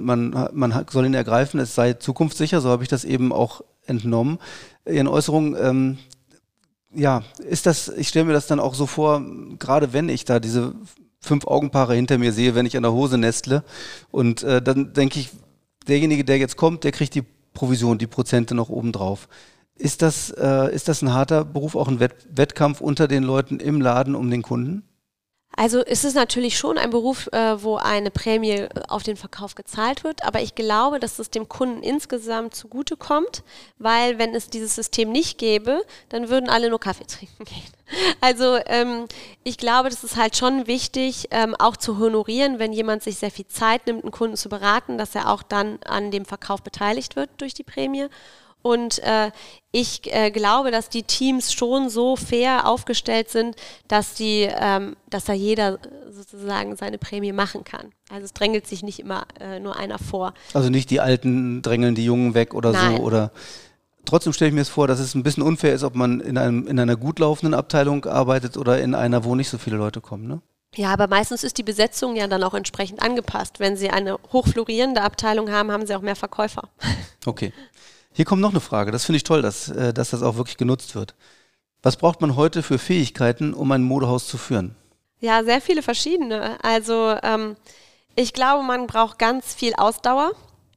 man soll ihn ergreifen, es sei zukunftssicher, so habe ich das eben auch entnommen. Ihren Äußerungen, ja, ich stelle mir das dann auch so vor, gerade wenn ich da diese 5 Augenpaare hinter mir sehe, wenn ich an der Hose nestle und dann denke ich, derjenige, der jetzt kommt, der kriegt die Provision, die Prozente noch oben drauf. Ist das ein harter Beruf, auch ein Wettkampf unter den Leuten im Laden um den Kunden? Also es ist natürlich schon ein Beruf, wo eine Prämie auf den Verkauf gezahlt wird, aber ich glaube, dass es dem Kunden insgesamt zugutekommt, weil wenn es dieses System nicht gäbe, dann würden alle nur Kaffee trinken gehen. Also ich glaube, das ist halt schon wichtig, auch zu honorieren, wenn jemand sich sehr viel Zeit nimmt, einen Kunden zu beraten, dass er auch dann an dem Verkauf beteiligt wird durch die Prämie. Und ich glaube, dass die Teams schon so fair aufgestellt sind, dass da jeder sozusagen seine Prämie machen kann. Also es drängelt sich nicht immer nur einer vor. Also nicht die Alten drängeln die Jungen weg oder Nein. So? Oder trotzdem stelle ich mir es vor, dass es ein bisschen unfair ist, ob man in einer gut laufenden Abteilung arbeitet oder in einer, wo nicht so viele Leute kommen, ne? Ja, aber meistens ist die Besetzung ja dann auch entsprechend angepasst. Wenn Sie eine hochflorierende Abteilung haben, haben Sie auch mehr Verkäufer. Okay. Hier kommt noch eine Frage. Das finde ich toll, dass das auch wirklich genutzt wird. Was braucht man heute für Fähigkeiten, um ein Modehaus zu führen? Ja, sehr viele verschiedene. Also ich glaube, man braucht ganz viel Ausdauer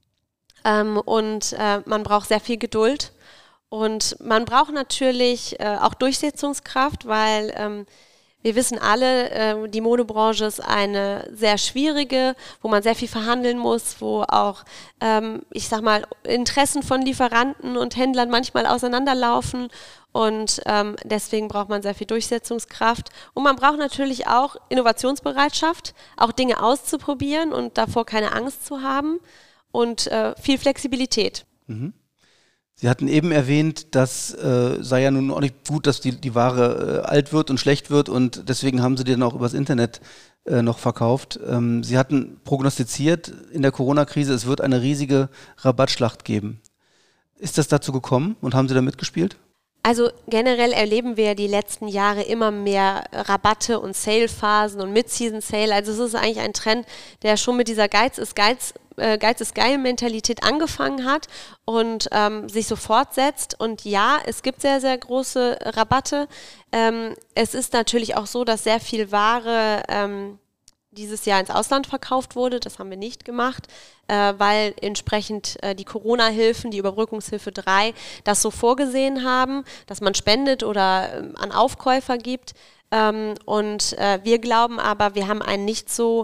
und man braucht sehr viel Geduld. Und man braucht natürlich auch Durchsetzungskraft, weil wir wissen alle, die Modebranche ist eine sehr schwierige, wo man sehr viel verhandeln muss, wo auch, ich sag mal, Interessen von Lieferanten und Händlern manchmal auseinanderlaufen. Und deswegen braucht man sehr viel Durchsetzungskraft. Und man braucht natürlich auch Innovationsbereitschaft, auch Dinge auszuprobieren und davor keine Angst zu haben und viel Flexibilität. Mhm. Sie hatten eben erwähnt, das sei ja nun auch nicht gut, dass die Ware alt wird und schlecht wird und deswegen haben Sie die dann auch übers Internet noch verkauft. Sie hatten prognostiziert in der Corona-Krise, es wird eine riesige Rabattschlacht geben. Ist das dazu gekommen und haben Sie da mitgespielt? Also generell erleben wir die letzten Jahre immer mehr Rabatte und Sale-Phasen und Mid-Season-Sale. Also es ist eigentlich ein Trend, der schon mit dieser Geiz ist geil Mentalität angefangen hat und sich so fortsetzt. Und ja, es gibt sehr, sehr große Rabatte. Es ist natürlich auch so, dass sehr viel Ware dieses Jahr ins Ausland verkauft wurde. Das haben wir nicht gemacht, weil entsprechend die Corona-Hilfen, die Überbrückungshilfe 3, das so vorgesehen haben, dass man spendet oder an Aufkäufer gibt. Wir glauben aber, wir haben ein nicht so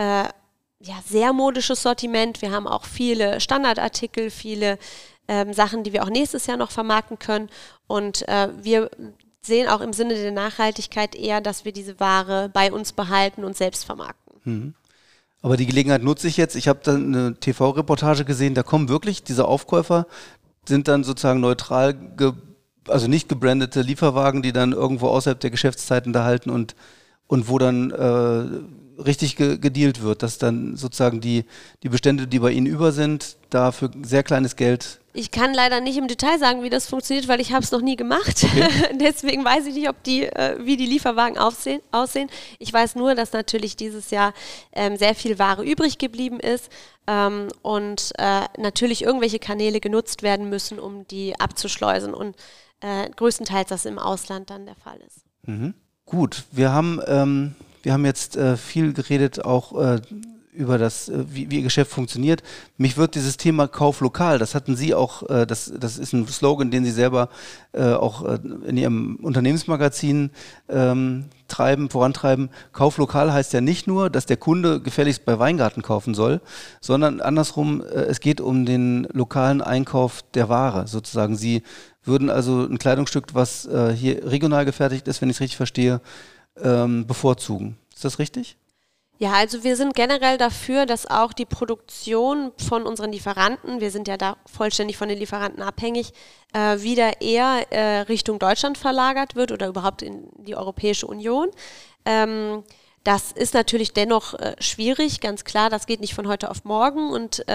sehr modisches Sortiment. Wir haben auch viele Standardartikel, viele Sachen, die wir auch nächstes Jahr noch vermarkten können. Und wir sehen auch im Sinne der Nachhaltigkeit eher, dass wir diese Ware bei uns behalten und selbst vermarkten. Mhm. Aber die Gelegenheit nutze ich jetzt. Ich habe da eine TV-Reportage gesehen, da kommen wirklich diese Aufkäufer, sind dann sozusagen neutral, also nicht gebrandete Lieferwagen, die dann irgendwo außerhalb der Geschäftszeiten da halten und wo dann richtig gedealt wird, dass dann sozusagen die Bestände, die bei Ihnen über sind, da für sehr kleines Geld. Ich kann leider nicht im Detail sagen, wie das funktioniert, weil ich habe es noch nie gemacht. Okay. Deswegen weiß ich nicht, wie die Lieferwagen aussehen. Ich weiß nur, dass natürlich dieses Jahr sehr viel Ware übrig geblieben ist und natürlich irgendwelche Kanäle genutzt werden müssen, um die abzuschleusen und größtenteils das im Ausland dann der Fall ist. Mhm. Gut, wir haben jetzt viel geredet auch über das, wie Ihr Geschäft funktioniert. Mich wird dieses Thema Kauf lokal, das hatten Sie auch, das ist ein Slogan, den Sie selber auch in Ihrem Unternehmensmagazin vorantreiben. Kauf lokal heißt ja nicht nur, dass der Kunde gefälligst bei Weingarten kaufen soll, sondern andersrum, es geht um den lokalen Einkauf der Ware sozusagen. Sie würden also ein Kleidungsstück, was hier regional gefertigt ist, wenn ich es richtig verstehe, bevorzugen. Ist das richtig? Ja, also wir sind generell dafür, dass auch die Produktion von unseren Lieferanten, wir sind ja da vollständig von den Lieferanten abhängig, wieder eher Richtung Deutschland verlagert wird oder überhaupt in die Europäische Union. Das ist natürlich dennoch schwierig, ganz klar, das geht nicht von heute auf morgen und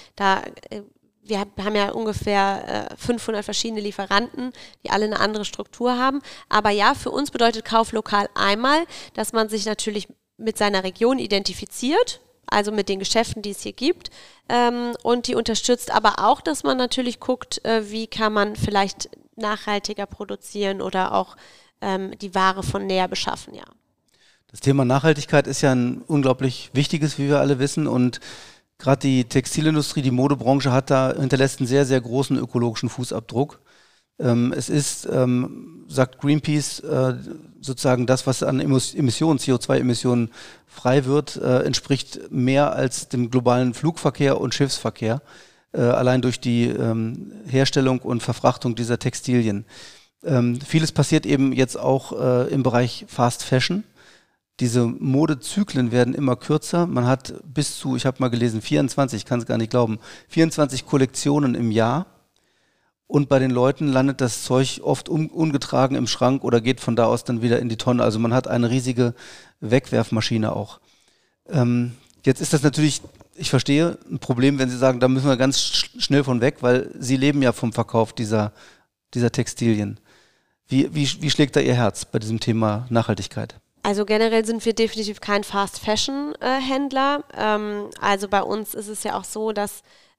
wir haben ja ungefähr 500 verschiedene Lieferanten, die alle eine andere Struktur haben. Aber ja, für uns bedeutet Kauf lokal einmal, dass man sich natürlich mit seiner Region identifiziert, also mit den Geschäften, die es hier gibt, und die unterstützt aber auch, dass man natürlich guckt, wie kann man vielleicht nachhaltiger produzieren oder auch die Ware von näher beschaffen, ja. Das Thema Nachhaltigkeit ist ja ein unglaublich wichtiges, wie wir alle wissen, und gerade die Textilindustrie, die Modebranche hinterlässt einen sehr, sehr großen ökologischen Fußabdruck. Es ist, sagt Greenpeace, sozusagen das, was an Emissionen, CO2-Emissionen frei wird, entspricht mehr als dem globalen Flugverkehr und Schiffsverkehr, allein durch die Herstellung und Verfrachtung dieser Textilien. Vieles passiert eben jetzt auch im Bereich Fast Fashion. Diese Modezyklen werden immer kürzer. Man hat bis zu, ich habe mal gelesen, 24, ich kann es gar nicht glauben, 24 Kollektionen im Jahr. Und bei den Leuten landet das Zeug oft ungetragen im Schrank oder geht von da aus dann wieder in die Tonne. Also man hat eine riesige Wegwerfmaschine auch. Jetzt ist das natürlich, ich verstehe, ein Problem, wenn Sie sagen, da müssen wir ganz schnell von weg, weil Sie leben ja vom Verkauf dieser Textilien. Wie schlägt da Ihr Herz bei diesem Thema Nachhaltigkeit? Also generell sind wir definitiv kein Fast-Fashion-Händler. Also bei uns ist es ja auch so, dass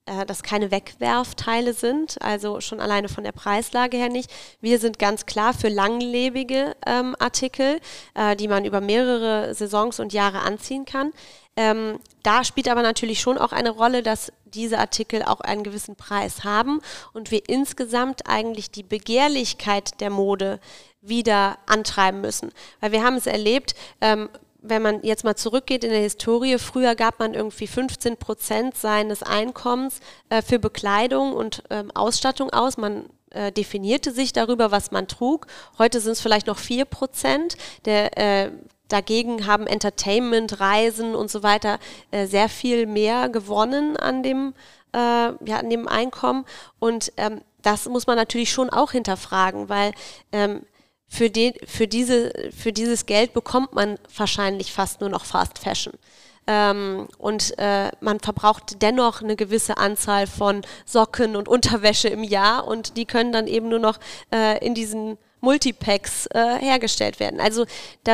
das keine Wegwerfteile sind, also schon alleine von der Preislage her nicht. Wir sind ganz klar für langlebige Artikel, die man über mehrere Saisons und Jahre anziehen kann. Da spielt aber natürlich schon auch eine Rolle, dass diese Artikel auch einen gewissen Preis haben und wir insgesamt eigentlich die Begehrlichkeit der Mode wieder antreiben müssen. Weil wir haben es erlebt, wenn man jetzt mal zurückgeht in der Historie, früher gab man irgendwie 15% seines Einkommens für Bekleidung und Ausstattung aus. Man definierte sich darüber, was man trug. Heute sind es vielleicht noch 4%. Dagegen haben Entertainment, Reisen und so weiter sehr viel mehr gewonnen an dem Einkommen. Und das muss man natürlich schon auch hinterfragen, weil für dieses Geld bekommt man wahrscheinlich fast nur noch Fast Fashion. Und man verbraucht dennoch eine gewisse Anzahl von Socken und Unterwäsche im Jahr und die können dann eben nur noch in diesen Multipacks hergestellt werden. Also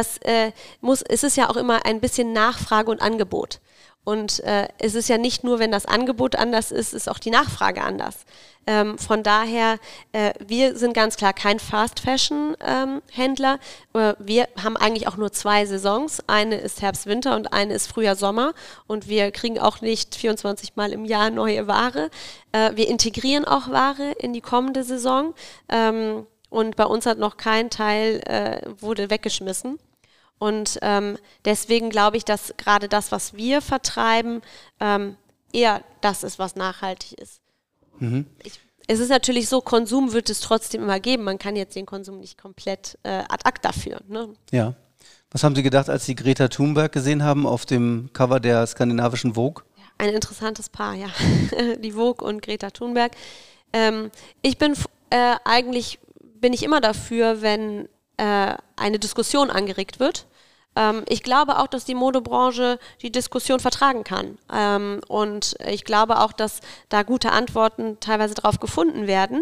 es ist ja auch immer ein bisschen Nachfrage und Angebot. Und es ist ja nicht nur, wenn das Angebot anders ist auch die Nachfrage anders. Von daher, wir sind ganz klar kein Fast-Fashion-Händler. Wir haben eigentlich auch nur 2 Saisons. Eine ist Herbst-Winter und eine ist Frühjahr-Sommer. Und wir kriegen auch nicht 24 Mal im Jahr neue Ware. Wir integrieren auch Ware in die kommende Saison. Und bei uns hat noch kein Teil wurde weggeschmissen. Und deswegen glaube ich, dass gerade das, was wir vertreiben, eher das ist, was nachhaltig ist. Mhm. Es ist natürlich so, Konsum wird es trotzdem immer geben. Man kann jetzt den Konsum nicht komplett ad acta führen. Ne? Ja. Was haben Sie gedacht, als Sie Greta Thunberg gesehen haben auf dem Cover der skandinavischen Vogue? Ja, ein interessantes Paar, ja. Die Vogue und Greta Thunberg. Ich bin bin ich immer dafür, wenn eine Diskussion angeregt wird. Ich glaube auch, dass die Modebranche die Diskussion vertragen kann. Und ich glaube auch, dass da gute Antworten teilweise drauf gefunden werden.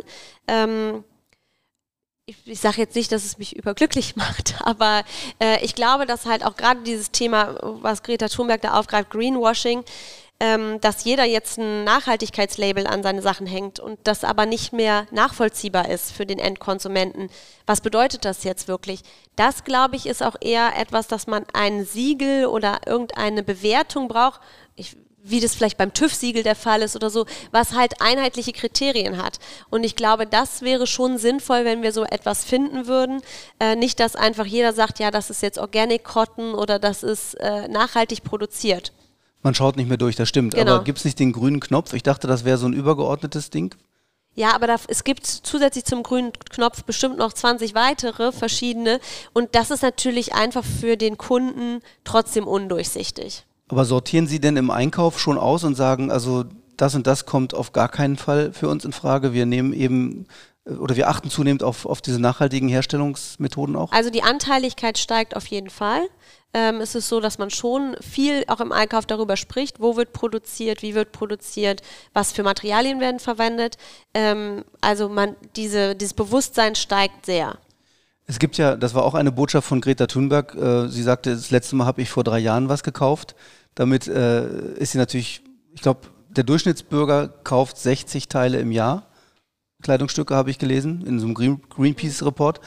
Ich sage jetzt nicht, dass es mich überglücklich macht, aber ich glaube, dass halt auch gerade dieses Thema, was Greta Thunberg da aufgreift, Greenwashing, dass jeder jetzt ein Nachhaltigkeitslabel an seine Sachen hängt und das aber nicht mehr nachvollziehbar ist für den Endkonsumenten. Was bedeutet das jetzt wirklich? Das, glaube ich, ist auch eher etwas, dass man ein Siegel oder irgendeine Bewertung braucht, wie das vielleicht beim TÜV-Siegel der Fall ist oder so, was halt einheitliche Kriterien hat. Und ich glaube, das wäre schon sinnvoll, wenn wir so etwas finden würden. Nicht, dass einfach jeder sagt, ja, das ist jetzt Organic Cotton oder das ist nachhaltig produziert. Man schaut nicht mehr durch, das stimmt. Genau. Aber gibt es nicht den grünen Knopf? Ich dachte, das wäre so ein übergeordnetes Ding. Ja, aber es gibt zusätzlich zum grünen Knopf bestimmt noch 20 weitere verschiedene. Und das ist natürlich einfach für den Kunden trotzdem undurchsichtig. Aber sortieren Sie denn im Einkauf schon aus und sagen, also das und das kommt auf gar keinen Fall für uns in Frage? Wir nehmen eben oder wir achten zunehmend auf diese nachhaltigen Herstellungsmethoden auch? Also die Anteiligkeit steigt auf jeden Fall. Es ist so, dass man schon viel auch im Einkauf darüber spricht, wo wird produziert, wie wird produziert, was für Materialien werden verwendet. Dieses Bewusstsein steigt sehr. Es gibt ja, das war auch eine Botschaft von Greta Thunberg, sie sagte, das letzte Mal habe ich vor 3 Jahren was gekauft. Damit ist sie natürlich, ich glaube, der Durchschnittsbürger kauft 60 Teile im Jahr. Kleidungsstücke habe ich gelesen, in so einem Greenpeace-Report.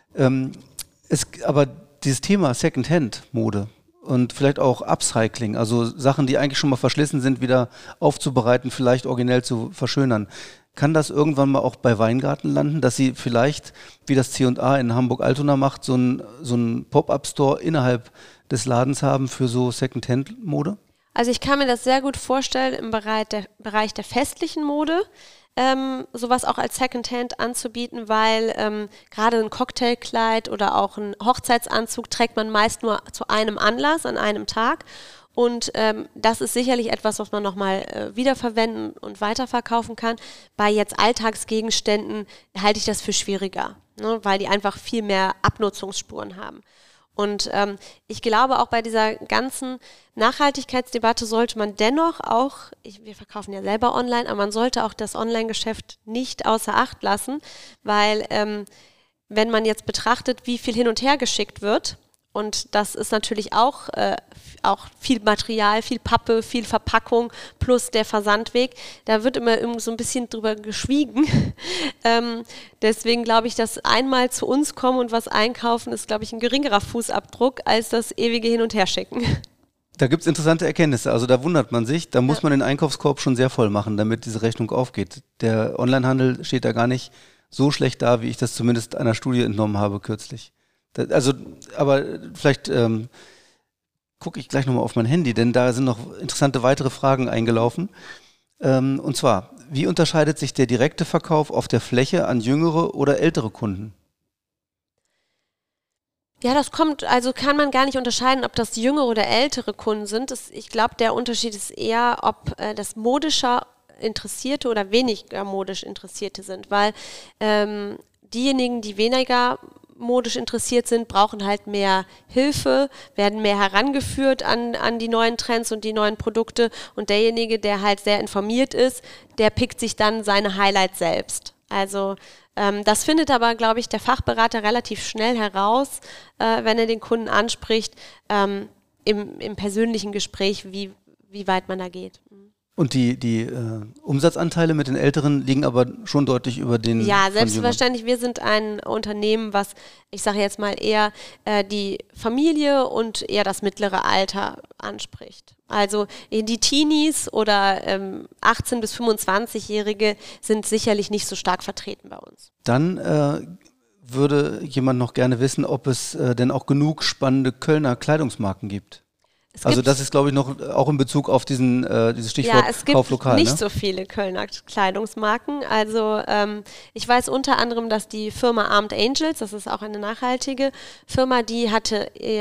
Aber dieses Thema Secondhand-Mode und vielleicht auch Upcycling, also Sachen, die eigentlich schon mal verschlissen sind, wieder aufzubereiten, vielleicht originell zu verschönern. Kann das irgendwann mal auch bei Weingarten landen, dass Sie vielleicht, wie das C&A in Hamburg-Altona macht, so einen Pop-Up-Store innerhalb des Ladens haben für so Secondhand-Mode? Also ich kann mir das sehr gut vorstellen im Bereich der festlichen Mode, sowas auch als Secondhand anzubieten, weil gerade ein Cocktailkleid oder auch ein Hochzeitsanzug trägt man meist nur zu einem Anlass, an einem Tag. Und das ist sicherlich etwas, was man nochmal wiederverwenden und weiterverkaufen kann. Bei jetzt Alltagsgegenständen halte ich das für schwieriger, ne, weil die einfach viel mehr Abnutzungsspuren haben. Und ich glaube auch bei dieser ganzen Nachhaltigkeitsdebatte sollte man dennoch auch, wir verkaufen ja selber online, aber man sollte auch das Online-Geschäft nicht außer Acht lassen, weil wenn man jetzt betrachtet, wie viel hin und her geschickt wird Und das ist natürlich auch viel Material, viel Pappe, viel Verpackung plus der Versandweg. Da wird immer so ein bisschen drüber geschwiegen. Deswegen glaube ich, dass einmal zu uns kommen und was einkaufen, ist, glaube ich, ein geringerer Fußabdruck als das ewige Hin- und Herschicken. Da gibt es interessante Erkenntnisse. Also da wundert man sich, da muss man den Einkaufskorb schon sehr voll machen, damit diese Rechnung aufgeht. Der Onlinehandel steht da gar nicht so schlecht da, wie ich das zumindest einer Studie entnommen habe kürzlich. Aber vielleicht gucke ich gleich nochmal auf mein Handy, denn da sind noch interessante weitere Fragen eingelaufen. Und zwar, wie unterscheidet sich der direkte Verkauf auf der Fläche an jüngere oder ältere Kunden? Ja, kann man gar nicht unterscheiden, ob das jüngere oder ältere Kunden sind. Ich glaube, der Unterschied ist eher, ob das modischer Interessierte oder weniger modisch Interessierte sind, weil diejenigen, die weniger modisch interessiert sind, brauchen halt mehr Hilfe, werden mehr herangeführt an die neuen Trends und die neuen Produkte, und derjenige, der halt sehr informiert ist, der pickt sich dann seine Highlights selbst. Also das findet aber, glaube ich, der Fachberater relativ schnell heraus, wenn er den Kunden anspricht, im persönlichen Gespräch, wie weit man da geht. Und die Umsatzanteile mit den Älteren liegen aber schon deutlich über den. Ja, selbstverständlich. Wir sind ein Unternehmen, was, ich sage jetzt mal, eher die Familie und eher das mittlere Alter anspricht. Also die Teenies oder 18- bis 25-Jährige sind sicherlich nicht so stark vertreten bei uns. Dann würde jemand noch gerne wissen, ob es denn auch genug spannende Kölner Kleidungsmarken gibt. Also das ist, glaube ich, noch auch in Bezug auf dieses Stichwort Kauflokal. Ja, es gibt nicht so viele Kölner Kleidungsmarken. Also ich weiß unter anderem, dass die Firma Armed Angels, das ist auch eine nachhaltige Firma, die hat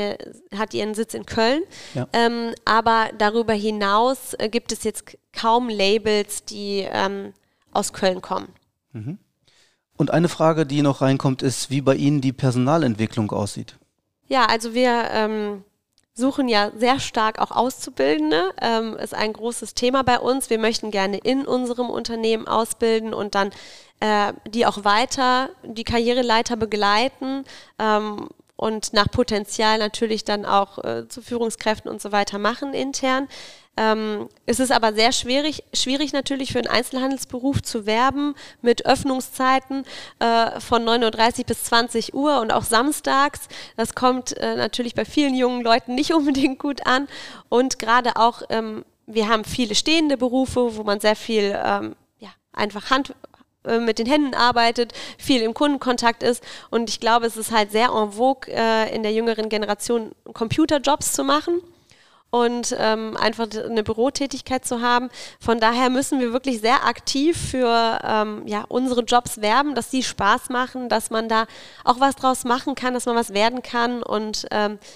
ihren Sitz in Köln. Ja. Aber darüber hinaus gibt es jetzt kaum Labels, die aus Köln kommen. Mhm. Und eine Frage, die noch reinkommt, ist, wie bei Ihnen die Personalentwicklung aussieht. Ja, also wir suchen ja sehr stark auch Auszubildende, ist ein großes Thema bei uns. Wir möchten gerne in unserem Unternehmen ausbilden und dann die auch weiter, die Karriereleiter begleiten und nach Potenzial natürlich dann auch zu Führungskräften und so weiter machen intern. Es ist aber sehr schwierig natürlich für einen Einzelhandelsberuf zu werben mit Öffnungszeiten von 9:30 Uhr bis 20 Uhr und auch samstags. Das kommt natürlich bei vielen jungen Leuten nicht unbedingt gut an. Und gerade auch, wir haben viele stehende Berufe, wo man sehr viel einfach mit den Händen arbeitet, viel im Kundenkontakt ist, und ich glaube, es ist halt sehr en vogue in der jüngeren Generation, Computerjobs zu machen und einfach eine Bürotätigkeit zu haben. Von daher müssen wir wirklich sehr aktiv für unsere Jobs werben, dass die Spaß machen, dass man da auch was draus machen kann, dass man was werden kann, und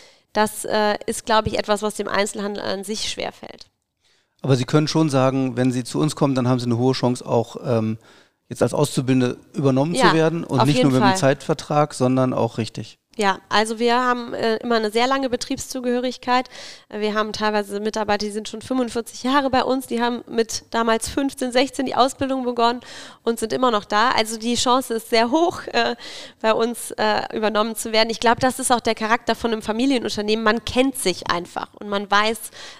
das ist, glaube ich, etwas, was dem Einzelhandel an sich schwerfällt. Aber Sie können schon sagen, wenn Sie zu uns kommen, dann haben Sie eine hohe Chance, auch jetzt als Auszubildende übernommen zu werden, und nicht nur mit einem Zeitvertrag, sondern auch richtig. Ja, also wir haben immer eine sehr lange Betriebszugehörigkeit. Wir haben teilweise Mitarbeiter, die sind schon 45 Jahre bei uns, die haben mit damals 15, 16 die Ausbildung begonnen und sind immer noch da. Also die Chance ist sehr hoch, bei uns übernommen zu werden. Ich glaube, das ist auch der Charakter von einem Familienunternehmen. Man kennt sich einfach und man weiß,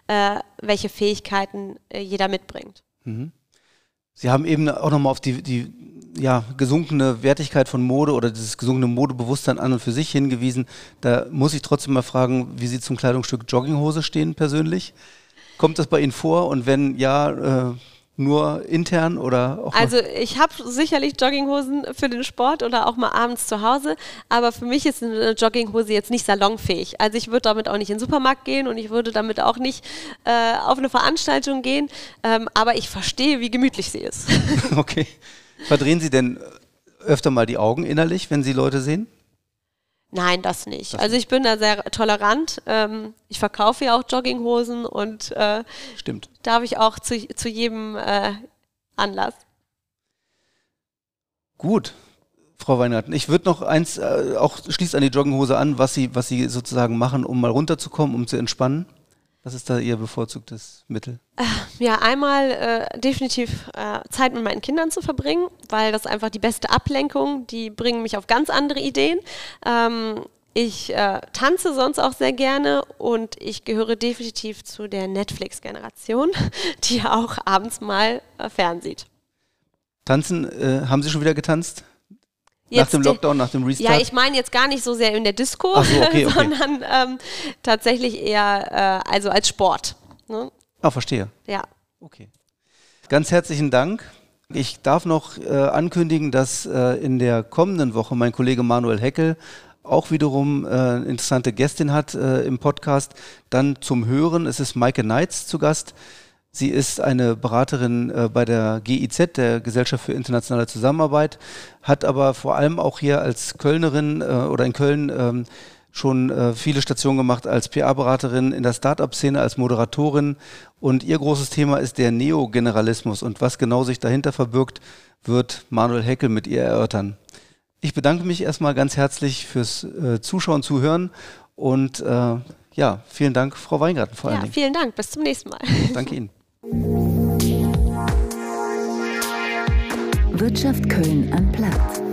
welche Fähigkeiten jeder mitbringt. Mhm. Sie haben eben auch nochmal auf die gesunkene Wertigkeit von Mode oder dieses gesunkene Modebewusstsein an und für sich hingewiesen. Da muss ich trotzdem mal fragen, wie Sie zum Kleidungsstück Jogginghose stehen persönlich. Kommt das bei Ihnen vor? Und wenn ja, nur intern oder auch? Also ich habe sicherlich Jogginghosen für den Sport oder auch mal abends zu Hause, aber für mich ist eine Jogginghose jetzt nicht salonfähig. Also ich würde damit auch nicht in den Supermarkt gehen und ich würde damit auch nicht auf eine Veranstaltung gehen, aber ich verstehe, wie gemütlich sie ist. Okay. Verdrehen Sie denn öfter mal die Augen innerlich, wenn Sie Leute sehen? Nein, das nicht. Also ich bin da sehr tolerant. Ich verkaufe ja auch Jogginghosen und stimmt. Darf ich auch zu jedem Anlass. Gut, Frau Weingarten. Ich würde noch eins, auch schließt an die Jogginghose an, was Sie sozusagen machen, um mal runterzukommen, um zu entspannen. Was ist da Ihr bevorzugtes Mittel? Ja, einmal definitiv Zeit mit meinen Kindern zu verbringen, weil das einfach die beste Ablenkung, die bringen mich auf ganz andere Ideen. Ich tanze sonst auch sehr gerne und ich gehöre definitiv zu der Netflix-Generation, die auch abends mal fernsieht. Tanzen, haben Sie schon wieder getanzt? Nach dem Lockdown, nach dem Restart? Ja, ich meine jetzt gar nicht so sehr in der Disco, Ach so, okay. sondern tatsächlich eher also als Sport. Ne? Verstehe. Ja. Okay. Ganz herzlichen Dank. Ich darf noch ankündigen, dass in der kommenden Woche mein Kollege Manuel Heckel auch wiederum eine interessante Gästin hat im Podcast. Dann zum Hören, es ist Maike Neitz zu Gast. Sie ist eine Beraterin bei der GIZ, der Gesellschaft für internationale Zusammenarbeit, hat aber vor allem auch hier als Kölnerin oder in Köln schon viele Stationen gemacht als PR-Beraterin in der Start-up-Szene, als Moderatorin. Und ihr großes Thema ist der Neogeneralismus. Und was genau sich dahinter verbirgt, wird Manuel Heckel mit ihr erörtern. Ich bedanke mich erstmal ganz herzlich fürs Zuschauen, Zuhören und vielen Dank, Frau Weingarten vor allen Dingen. Vielen Dank, bis zum nächsten Mal. Danke Ihnen. Wirtschaft Köln am Platz.